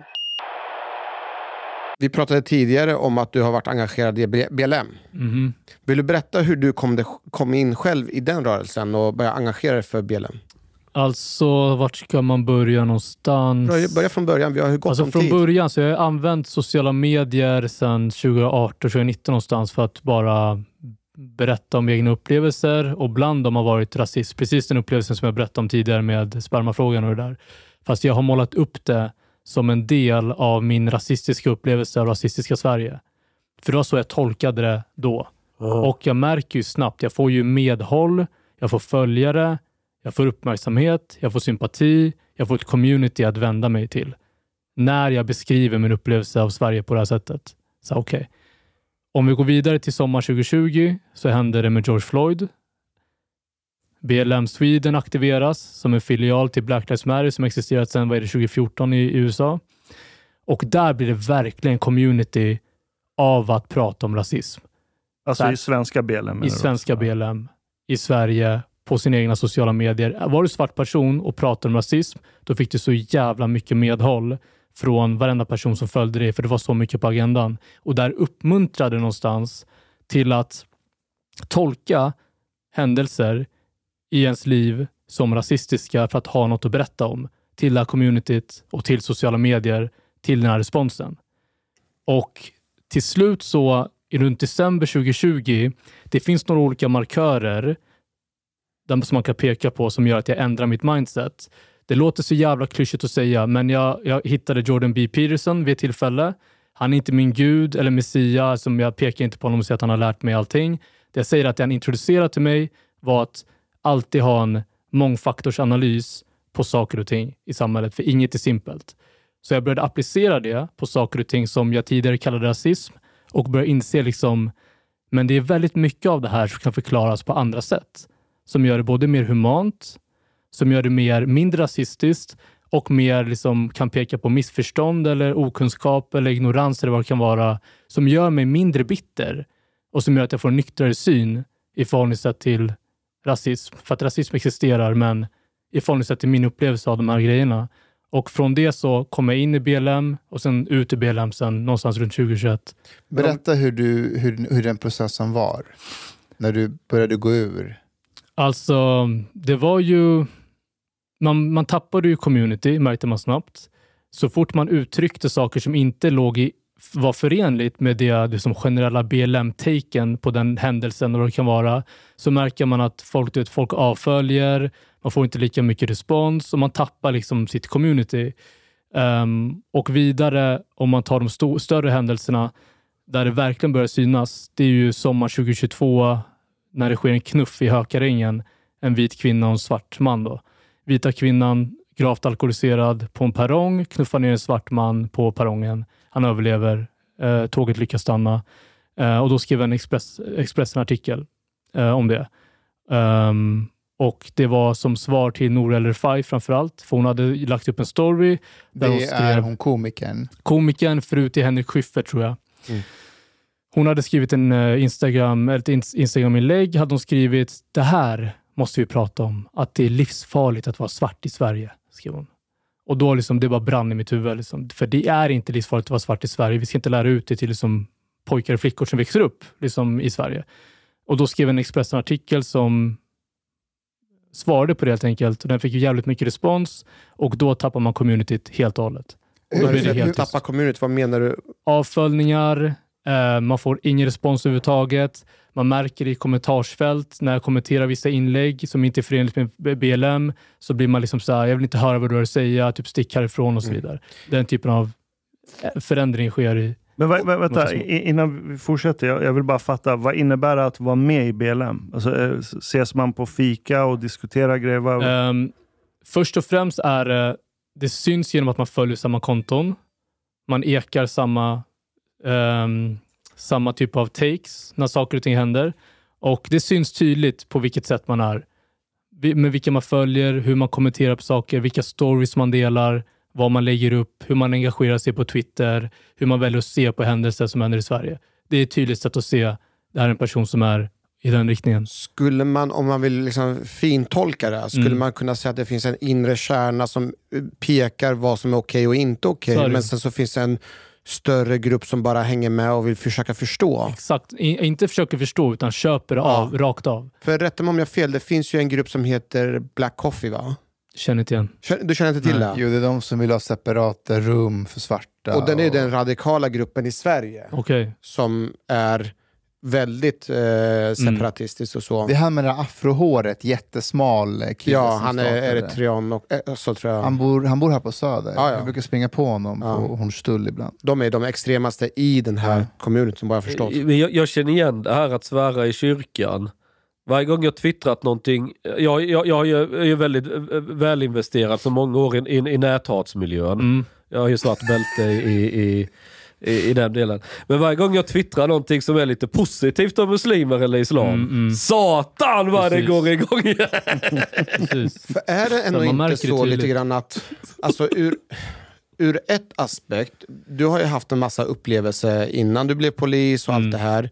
Vi pratade tidigare om att du har varit engagerad i B L M. Mm. Vill du berätta hur du kom, de, kom in själv i den rörelsen och började engagera dig för B L M? Alltså, vart ska man börja någonstans? Börja, börja från början, vi har hur gott alltså, om från tid. Från början, så jag har använt sociala medier sedan tjugo arton tjugo nitton någonstans för att bara berätta om egna upplevelser, och bland dem har varit rasism. Precis den upplevelsen som jag berättade om tidigare med spermafrågan och det där. Fast jag har målat upp det som en del av min rasistiska upplevelse av rasistiska Sverige. För det var så jag tolkade det då. Mm. Och jag märker ju snabbt, jag får ju medhåll, jag får följare, jag får uppmärksamhet, jag får sympati, jag får ett community att vända mig till. när jag beskriver min upplevelse av Sverige på det här sättet. Så okej. Okay. Om vi går vidare till sommar tjugo tjugo så händer det med George Floyd. B L M Sweden aktiveras som en filial till Black Lives Matter som existerat sedan vad är det, tjugo fjorton i, i U S A. Och där blir det verkligen community av att prata om rasism. Alltså i svenska B L M? I svenska B L M. I Sverige, på sina egna sociala medier. Var du svart person och pratade om rasism, då fick du så jävla mycket medhåll från varenda person som följde dig, för det var så mycket på agendan. Och där uppmuntrade någonstans till att tolka händelser i ens liv som rasistiska för att ha något att berätta om till det här communityt och till sociala medier, till den här responsen. Och till slut så i runt december tjugo tjugo, det finns några olika markörer som man kan peka på som gör att jag ändrar mitt mindset. Det låter så jävla klyschigt att säga, men jag, jag hittade Jordan B. Peterson vid ett tillfälle. Han är inte min gud eller messia, som jag pekar inte på honom och säger att han har lärt mig allting. Det jag säger att han introducerade till mig var att alltid ha en mångfaktorsanalys på saker och ting i samhället, för inget är simpelt. Så jag började applicera det på saker och ting som jag tidigare kallade rasism och började inse liksom, men det är väldigt mycket av det här som kan förklaras på andra sätt. Som gör det både mer humant, som gör det mer mindre rasistiskt och mer liksom kan peka på missförstånd eller okunskap eller ignorans eller vad det kan vara, som gör mig mindre bitter och som gör att jag får en nyktrare syn i förhållande till rasism. För att rasism existerar, men i förhållande till min upplevelse av de här grejerna. Och från det så kom jag in i B L M och sen ut i B L M sen någonstans runt tjugo tjugoett. Berätta hur, du, hur, hur den processen var när du började gå ur. Alltså, det var ju... Man, man tappade ju community, märkte man snabbt. Så fort man uttryckte saker som inte låg i, var förenligt med det, det som generella B L M-taken på den händelsen och det kan vara, så märker man att folk, vet, folk avföljer, man får inte lika mycket respons och man tappar liksom sitt community. Um, och vidare, om man tar de st- större händelserna där det verkligen börjar synas, det är ju sommar tjugo tjugotvå när det sker en knuff i Hökarängen, en vit kvinna och en svart man då. Vita kvinnan, gravt alkoholiserad på en perrong, knuffar ner en svart man på perrongen. Han överlever, eh, tåget lyckas stanna. Eh, och då skrev en Express, Expressen-artikel eh, om det. Um, och det var som svar till Nour El Refai framförallt. För hon hade lagt upp en story. Där det hon skrev, är hon komikern. Komikern, fru till Henrik Schyffert tror jag. Mm. Hon hade skrivit en uh, Instagram, ett Instagram-inlägg. Hade hon skrivit, det här måste vi prata om. Att det är livsfarligt att vara svart i Sverige, skrev hon. Och då liksom, det bara brann i mitt huvud. Liksom. För det är inte livsfarligt att vara svart i Sverige. Vi ska inte lära ut det till liksom, pojkar och flickor som växer upp liksom, i Sverige. Och då skrev en Expressen-artikel som svarade på det helt enkelt. Och den fick ju jävligt mycket respons. Och då tappar man communityt helt och hållet. Och då hur blir det helt tappar community? Vad menar du? Avföljningar. Eh, man får ingen respons överhuvudtaget. Man märker i kommentarsfält när jag kommenterar vissa inlägg som inte är förenligt med B L M, så blir man liksom så här, jag vill inte höra vad du har att säga, typ stick härifrån och så vidare. Mm. Den typen av förändring sker i... Men vä- vä- vänta, innan vi fortsätter, jag, jag vill bara fatta, vad innebär det att vara med i B L M? Alltså, ses man på fika och diskuterar grejer? Um, först och främst är det, det syns genom att man följer samma konton. Man ekar samma... Um, samma typ av takes när saker och ting händer. Och det syns tydligt på vilket sätt man är. Med vilka man följer, hur man kommenterar på saker, vilka stories man delar, vad man lägger upp, hur man engagerar sig på Twitter, hur man väljer att se på händelser som händer i Sverige. Det är ett tydligt sätt att se det här är en person som är i den riktningen. Skulle man, om man vill liksom fintolka det, skulle mm. man kunna säga att det finns en inre kärna som pekar vad som är okej och inte okej, men sen så finns det en större grupp som bara hänger med och vill försöka förstå. Exakt, I, inte försöker förstå utan köper ja. av, rakt av. För rätta mig om jag fel, det finns ju en grupp som heter Black Coffee, va? Känner inte igen. Du känner inte till Nej. det? Jo, det är de som vill ha separata rum för svarta. Och den är och... den radikala gruppen i Sverige. Okay. Som är väldigt eh, separatistisk mm. och så. Det här med det afrohåret, jättesmal kille. Ja, han är eritrean och äh, så tror jag. Han bor, han bor här på Söder. Ja, ja. Jag brukar springa på honom ja. på Hornstull ibland. De är de extremaste i den här ja. communityn, som bara jag förstått. Jag, jag känner igen det här att svära i kyrkan. Varje gång jag twittrat någonting, jag, jag, jag är ju väldigt välinvesterad så många år i, i, i näthatsmiljön. Mm. Jag har ju svart bälte i, i, i, i den delen. Men varje gång jag twittrar någonting som är lite positivt om muslimer eller islam, mm, mm. satan vad Precis. det går igång igen. För är det ändå så inte så lite grann att, alltså ur, ur ett aspekt, du har ju haft en massa upplevelser innan du blev polis och mm. allt det här.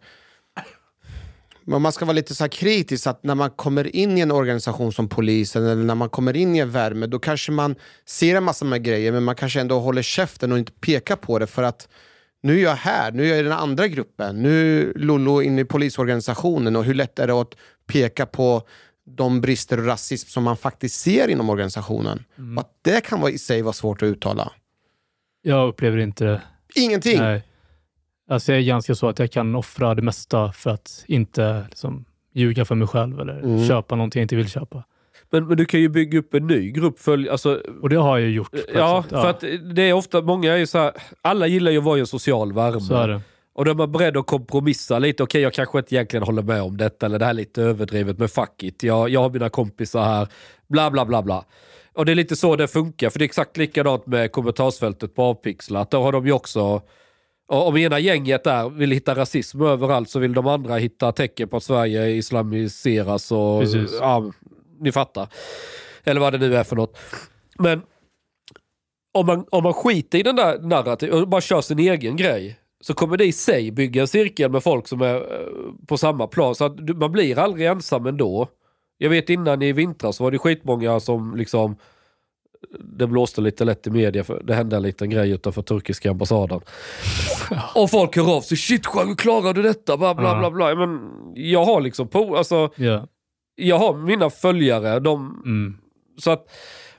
Men man ska vara lite så här kritisk att när man kommer in i en organisation som polisen eller när man kommer in i en värme, då kanske man ser en massa med grejer men man kanske ändå håller käften och inte pekar på det för att nu är jag här, nu är jag i den andra gruppen, nu är Lolo inne i polisorganisationen och hur lätt är det att peka på de brister och rasism som man faktiskt ser inom organisationen. Mm. Och att det kan vara i sig vara svårt att uttala. Jag upplever inte det. Ingenting? Nej. Alltså jag är ganska så att jag kan offra det mesta för att inte liksom, ljuga för mig själv eller mm. köpa någonting jag inte vill köpa. Men, men du kan ju bygga upp en ny grupp. För, alltså, och det har jag gjort. Ja, ja, för att det är ofta, många är ju så här, alla gillar ju att vara i en social värme. Så är det. Och då är man beredd att kompromissa lite. Okej, okay, jag kanske inte egentligen håller med om detta eller det här är lite överdrivet, men fuck it. Jag, jag har mina kompisar här. Bla, bla, bla, bla. Och det är lite så det funkar. För det är exakt likadant med kommentarsfältet på Avpixlat. Då har de ju också... Om ena gänget där vill hitta rasism överallt så vill de andra hitta tecken på att Sverige islamiseras och ja, ni fattar. Eller vad det nu är för något. Men om man, om man skiter i den där narrativet och bara kör sin egen grej så kommer det i sig bygga en cirkel med folk som är på samma plan. Så att man blir aldrig ensam ändå. Jag vet innan i vintras var det skitmånga som liksom det blåste lite lätt i media för det hände en liten grej utanför turkiska ambassaden. Och folk hör av sig, shit, hur klarar du detta? Bla, bla, bla, bla. Men jag har liksom på, alltså yeah. jag har mina följare, de, mm. så att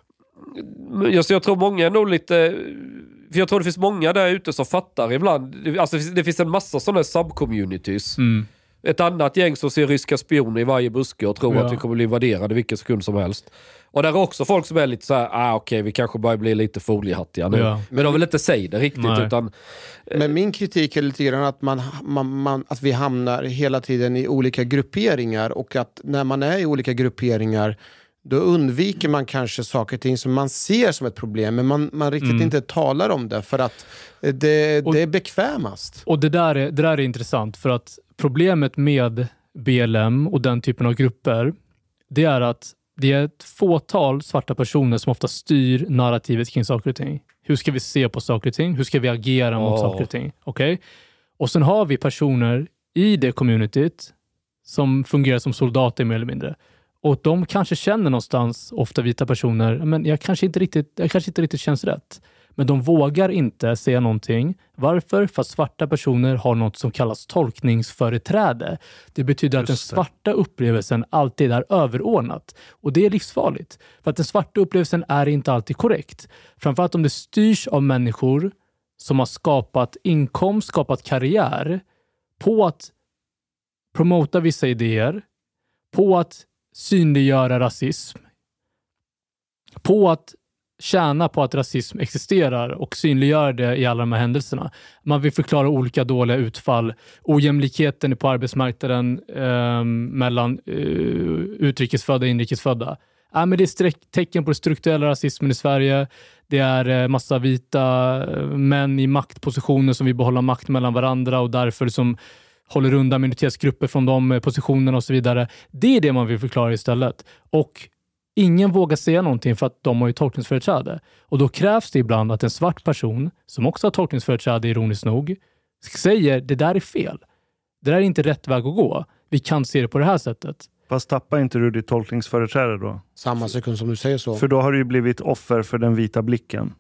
jag, så jag tror många är nog lite, för jag tror det finns många där ute som fattar ibland, alltså det finns en massa sådana subcommunities. Mm. Ett annat gäng som ser ryska spioner i varje buske och tror ja. att vi kommer bli invaderade vilken sekund som helst. Och där är också folk som är lite så här, ah okej, okay, vi kanske bara blir lite foliehattiga nu. Ja. Men de vill inte säga det riktigt. Utan, men min kritik är lite grann att, man, man, man, att vi hamnar hela tiden i olika grupperingar och att när man är i olika grupperingar då undviker man kanske saker och ting som man ser som ett problem men man, man riktigt mm. inte talar om det för att det, och, det är bekvämast. Och det där är, det där är intressant för att problemet med B L M och den typen av grupper det är att det är ett fåtal svarta personer som ofta styr narrativet kring saker och ting. Hur ska vi se på saker och ting? Hur ska vi agera mot oh. saker och ting? Okej? Okay? Och sen har vi personer i det communityt som fungerar som soldater mer eller mindre. Och de kanske känner någonstans, ofta vita personer, men jag kanske inte riktigt, jag kanske inte riktigt känns rätt. Men de vågar inte säga någonting. Varför? För att svarta personer har något som kallas tolkningsföreträde. Det betyder Just att den svarta upplevelsen alltid är överordnat. Och det är livsfarligt. För att den svarta upplevelsen är inte alltid korrekt. Framförallt om det styrs av människor som har skapat inkomst, skapat karriär på att promota vissa idéer, på att synliggöra rasism, på att tjäna på att rasism existerar och synliggöra det i alla de här händelserna. Man vill förklara olika dåliga utfall, ojämlikheten på arbetsmarknaden eh, mellan eh, utrikesfödda och inrikesfödda. Ja, men det är streck, tecken på den strukturella rasismen i Sverige. Det är eh, massa vita eh, män i maktpositioner som vill behålla makt mellan varandra och därför som håller undan minoritetsgrupper från de positionerna och så vidare. Det är det man vill förklara istället. Och ingen vågar säga någonting för att de har ju tolkningsföreträde. Och då krävs det ibland att en svart person, som också har tolkningsföreträde ironiskt nog, säger det där är fel. Det där är inte rätt väg att gå. Vi kan se det på det här sättet. Fast tappar inte du ditt tolkningsföreträde då? Samma sekund som du säger så. För då har du ju blivit offer för den vita blicken.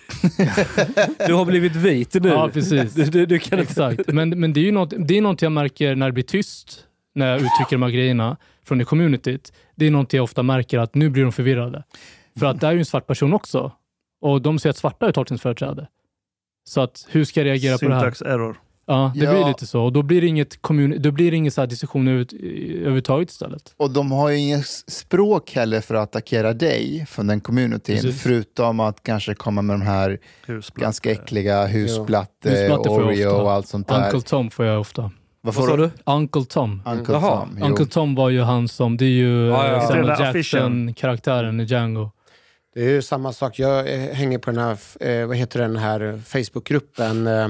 Du har blivit vit nu. Ja, precis. Du, du, du kan Exakt. Men, men det är ju något, det är något jag märker när det blir tyst, när jag uttrycker de här grejerna från det communityt. Det är något jag ofta märker att nu blir de förvirrade. För att det är ju en svart person också. Och de säger att svarta är tolkningsföreträde. Så att hur ska jag reagera Syntax på det här? Syntax error. Ja, det ja. blir lite så. Och då blir det inget kommun, då blir det ingen så här diskussion över, överhuvudtaget istället. Och de har ju inget språk heller för att attackera dig från den communityn. Precis. Förutom att kanske komma med de här ganska äckliga husplatte, Oreo och allt sånt där. Uncle Tom får jag ofta. Vad sa du? Uncle Tom. Uncle Jaha. Tom. Uncle Tom var ju han som, det är ju Ja, ja. Samuel Det är den där Jackson-karaktären i Django. Det är ju samma sak. Jag eh, hänger på den här, eh, vad heter den här Facebookgruppen? Eh,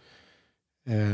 eh,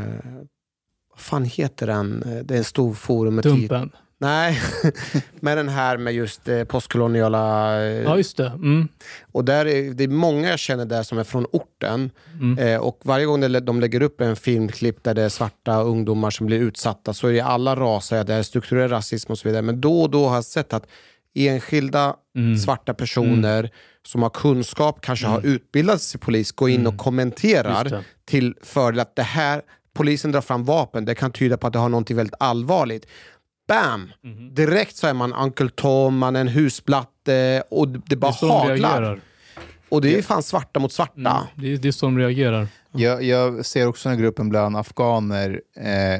vad fan heter den? Det är en stor forum med Dumpen. Nej, med den här med just eh, postkoloniala... Eh, Ja, just det. Mm. och där är, det är många jag känner där som är från orten. Mm. Eh, och varje gång de, de lägger upp en filmklipp där det är svarta ungdomar som blir utsatta, så är det alla raser, det är strukturell rasism och så vidare. Men då och då har jag sett att enskilda Mm. svarta personer mm. som har kunskap, kanske mm. har utbildats till polis, går in Mm. och kommenterar till fördel att det här, polisen drar fram vapen, det kan tyda på att det har något väldigt allvarligt. Bam! Mm. Direkt så är man Uncle Tom, man är en husplatte och det bara det haglar. Och det är fan svarta mot svarta. Mm. Det, är, det är så de reagerar. Jag, jag ser också den här gruppen bland afghaner. Eh,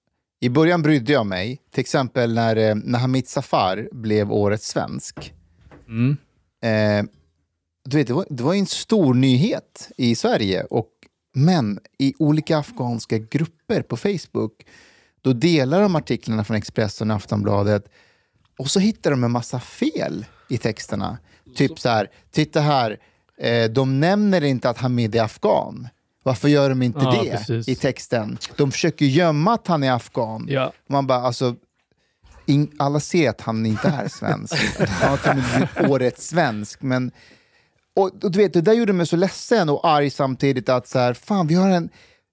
I början brydde jag mig. Till exempel när, eh, när Hamid Safar blev årets svensk. Mm. Eh, du vet, det var, det var en stor nyhet i Sverige. Och, men i olika afghanska grupper på Facebook, då delar de artiklarna från Expressen och Aftonbladet. Och så hittar de en massa fel i texterna. Typ så här, titta här. Eh, de nämner inte att Hamid är afghan. Varför gör de inte ja, det precis. i texten? De försöker gömma att han är afghan. Ja. Man bara, alltså, in, alla ser att han inte är svensk. Han har till och med blivit årets svensk. Men, och, och du vet, det där gjorde mig så ledsen och arg samtidigt att så här, fan, vi har en,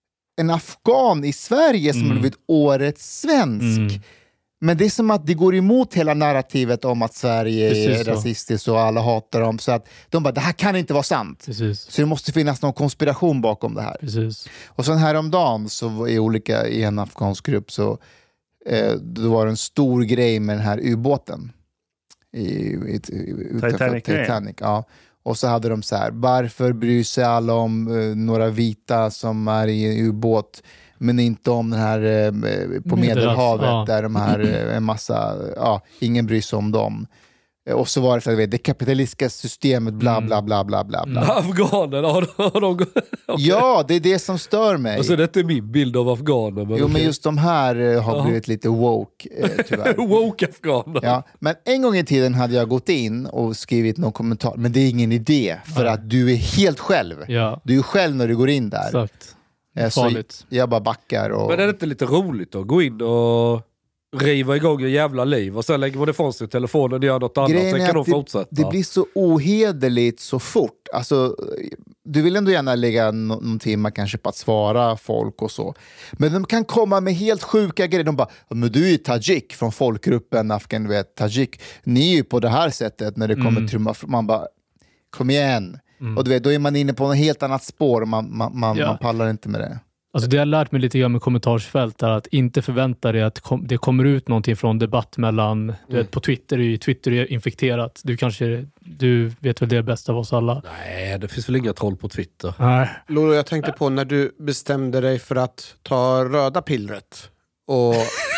en afghan i Sverige som mm. har blivit årets svensk. Mm. Men det är som att det går emot hela narrativet om att Sverige Precis är så. rasistiskt och alla hatar dem. Så att de bara, det här kan inte vara sant. Precis. Så det måste finnas någon konspiration bakom det här. Precis. Och sen häromdagen så i olika, i en afghansk grupp så eh, det var en stor grej med den här ubåten. I, i, i, Titanic. Titanic ja. Och så hade de så här, varför bryr sig alla om eh, några vita som är i en ubåt, men inte om den här eh, på Medelhavet ja. där de här eh, en massa, ja, ingen bryr sig om dem. Och så var det för att det kapitalistiska systemet bla bla bla bla bla bla. Afghaner har de okay. Ja, det är det som stör mig. Alltså det är inte min bild av afghaner. Men jo, okay. men just de här eh, har Aha. blivit lite woke eh, tyvärr. Woke afghaner. Ja, men en gång i tiden hade jag gått in och skrivit någon kommentar, men det är ingen idé för ja. att du är helt själv. Ja. Du är själv när du går in där. Exakt. Farligt. Så jag bara backar. Och... Men är det inte lite roligt att gå in och riva igång en jävla liv och sen lägger man ifrån sig telefonen och gör något annat, sen kan de fortsätta. Det, det blir så ohederligt så fort. Alltså, du vill ändå gärna lägga någon, någon timme kanske på att svara folk och så. Men de kan komma med helt sjuka grejer. De bara, men du är ju tajik från folkgruppen Afghan, du vet, tajik. Ni är ju på det här sättet när det kommer mm. till man bara, kom igen. Mm. Och du vet, då är man inne på något helt annat spår och man, man, man, ja. man pallar inte med det. Alltså det jag har lärt mig lite grann med kommentarsfält är att inte förvänta dig att kom, det kommer ut någonting från debatt mellan, mm. du vet, på Twitter, Twitter är infekterat. Du kanske, du vet väl det bästa av oss alla. Nej, det finns väl inga troll på Twitter. Nej. Lolo, jag tänkte på när du bestämde dig för att ta röda pillret. Och...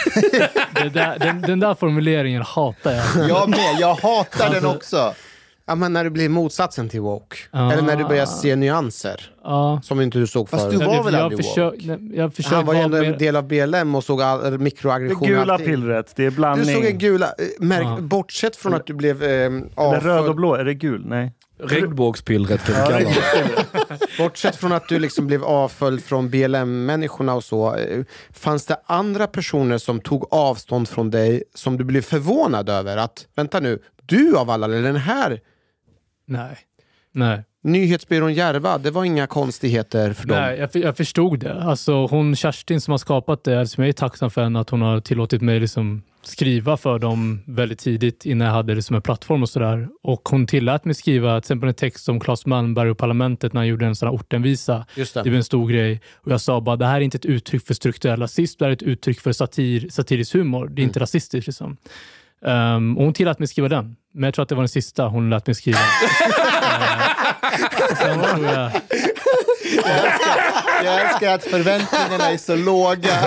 det där, den, den där formuleringen hatar jag. Jag med, jag hatar alltså... den också. Ja, men när det blir motsatsen till woke. Ah. Eller när du börjar se nyanser. Ah. Som inte du såg Fast förut. du var jag, väl jag aldrig försök, woke? Jag försöker Han var ju ändå mer... en del av B L M och såg all, mikroaggression. Det gula pillret, det är blandning. Du såg en gula, märk, ah. bortsett från att du blev eh, Eller röd och blå, är det gul? Nej. Regnbågspillret kan vi kalla det. Bortsett från att du liksom blev avföljd från B L M-människorna och så. Fanns det andra personer som tog avstånd från dig som du blev förvånad över? Att, vänta nu, du av alla, eller den här... Nej, nej. Nyhetsbyrån Järva, det var inga konstigheter för dem. Nej, jag, jag förstod det. Alltså hon som som har skapat det, alltså jag är tacksam för henne att hon har tillåtit mig liksom skriva för dem väldigt tidigt innan jag hade det som en plattform och sådär. Och hon tillät mig skriva till exempel en text om Claes Malmberg och parlamentet när han gjorde en sån här ortenvisa. Just det. Det var en stor grej. Och jag sa bara, det här är inte ett uttryck för strukturell rasism, det är ett uttryck för satir, satirisk humor. Det är inte mm. rasistiskt liksom. Um, och hon tillät mig skriva den. Men jag tror att det var den sista hon lät mig skriva. uh, sen tror jag... Jag älskar, jag älskar att förväntningarna är så låga.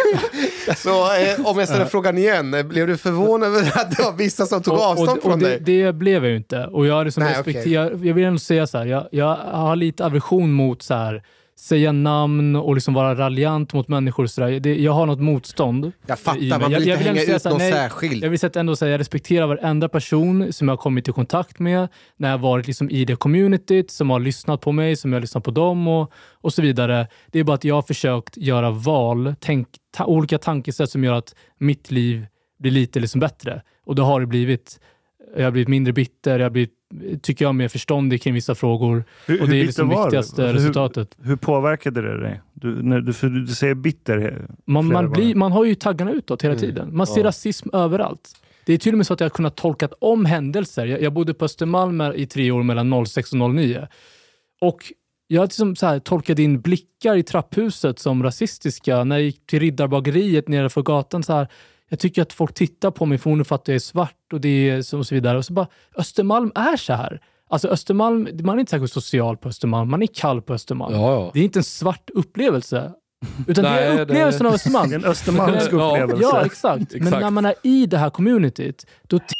Så eh, om jag ställer frågan igen, blev du förvånad över att det var vissa som tog och, avstånd och, och, från och dig? Det, det blev jag ju inte. Och jag, liksom Nej, respekt, okay. jag, jag vill ändå säga så här, jag, jag har lite aversion mot så här säga namn och liksom vara raljant mot människor och sådär. Det, jag har något motstånd. Jag fattar, man vill inte hänga ut någon särskild. Jag vill säga ändå säga, jag respekterar varenda person som jag har kommit i kontakt med när jag har varit liksom i det communityt, som har lyssnat på mig, som jag har lyssnat på dem och, och så vidare. Det är bara att jag har försökt göra val, tänk, ta, olika tankesätt som gör att mitt liv blir lite liksom bättre. Och då har det blivit, jag har blivit mindre bitter, jag har blivit, tycker jag, mer förståndig kring vissa frågor. Hur, och det hur är liksom det viktigaste hur, resultatet. Hur påverkade det dig? Du, när du, för du säger bitter. Man, man, blir, man har ju taggarna utåt hela tiden. Man ser ja. rasism överallt. Det är till och med så att jag har kunnat tolka om händelser. Jag, jag bodde på Östermalm i tre år mellan noll sex och noll nio. Och jag liksom så här, tolkade in blickar i trapphuset som rasistiska. När jag gick till Riddarbageriet nere för gatan så här. Jag tycker att folk tittar på mig för att jag är svart och det är så, och så vidare. Och så bara, Östermalm är så här. Alltså Östermalm, man är inte särskilt social på Östermalm. Man är kall på Östermalm. Ja, ja. Det är inte en svart upplevelse. Utan Nej, det är upplevelsen det... av Östermalm. En östermalmsk upplevelse. Ja, exakt. exakt. Men när man är i det här communityt, då... T-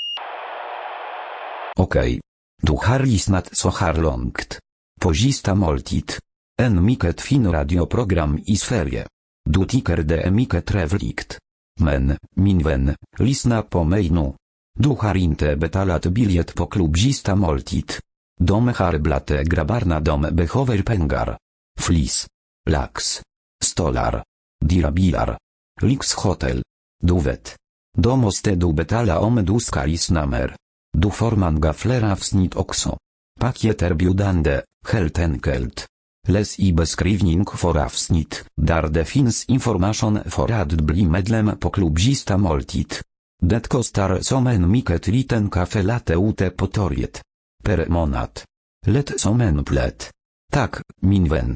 Okej. Du har lyssnat så här långt. På Sista måltid. En mycket fin radioprogram i Sverige. Du tycker det är mycket trevligt. Men, min vän, lyssna på mig nu. Du har inte betalat biljett på klubb Sista måltid. De har blate grabbarna, de behöver pengar. Flis. Lax. Stolar. Dyra bilar. Lyxhotel. Du vet. Då måste du betala om du ska lyssna mer. Du får många fler avsnitt också. Paket erbjudande, helt enkelt. Läs i beskrivning för avsnitt, där det finns information för att bli medlem på klubb Sista måltid. Det kostar som en mycket liten kaffe latte ute på torget. Per månad. Lätt som en plätt. Tack, min vän.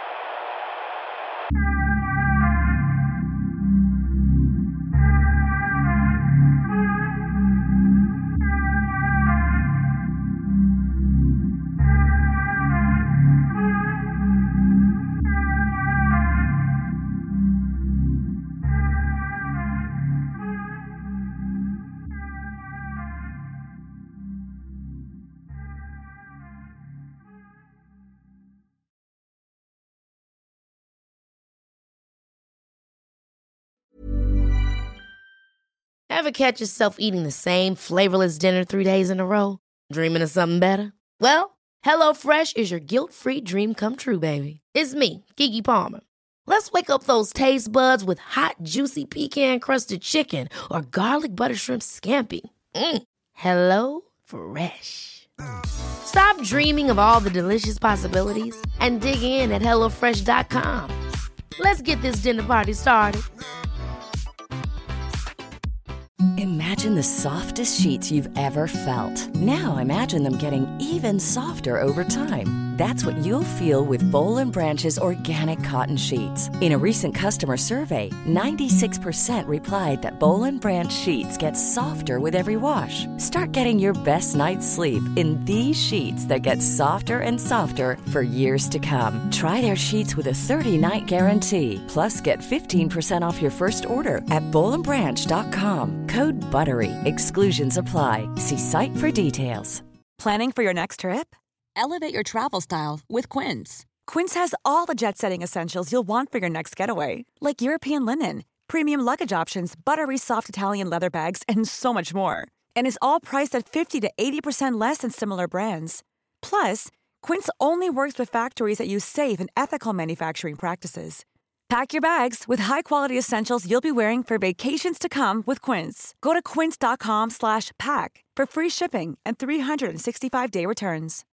Ever catch yourself eating the same flavorless dinner three days in a row? Dreaming of something better? Well, HelloFresh is your guilt-free dream come true, baby. It's me, Keke Palmer. Let's wake up those taste buds with hot, juicy pecan-crusted chicken or garlic butter shrimp scampi. Mm. Hello Fresh. Stop dreaming of all the delicious possibilities and dig in at hello fresh dot com. Let's get this dinner party started. Imagine the softest sheets you've ever felt. Now imagine them getting even softer over time. That's what you'll feel with Boll and Branch's organic cotton sheets. In a recent customer survey, ninety-six percent replied that Boll and Branch sheets get softer with every wash. Start getting your best night's sleep in these sheets that get softer and softer for years to come. Try their sheets with a thirty-night guarantee. Plus, get fifteen percent off your first order at boll and branch dot com. Code BUTTERY. Exclusions apply. See site for details. Planning for your next trip? Elevate your travel style with Quince. Quince has all the jet-setting essentials you'll want for your next getaway, like European linen, premium luggage options, buttery soft Italian leather bags, and so much more. And is all priced at fifty to eighty percent less than similar brands. Plus, Quince only works with factories that use safe and ethical manufacturing practices. Pack your bags with high-quality essentials you'll be wearing for vacations to come with Quince. Go to quince dot com slash pack for free shipping and three sixty-five day returns.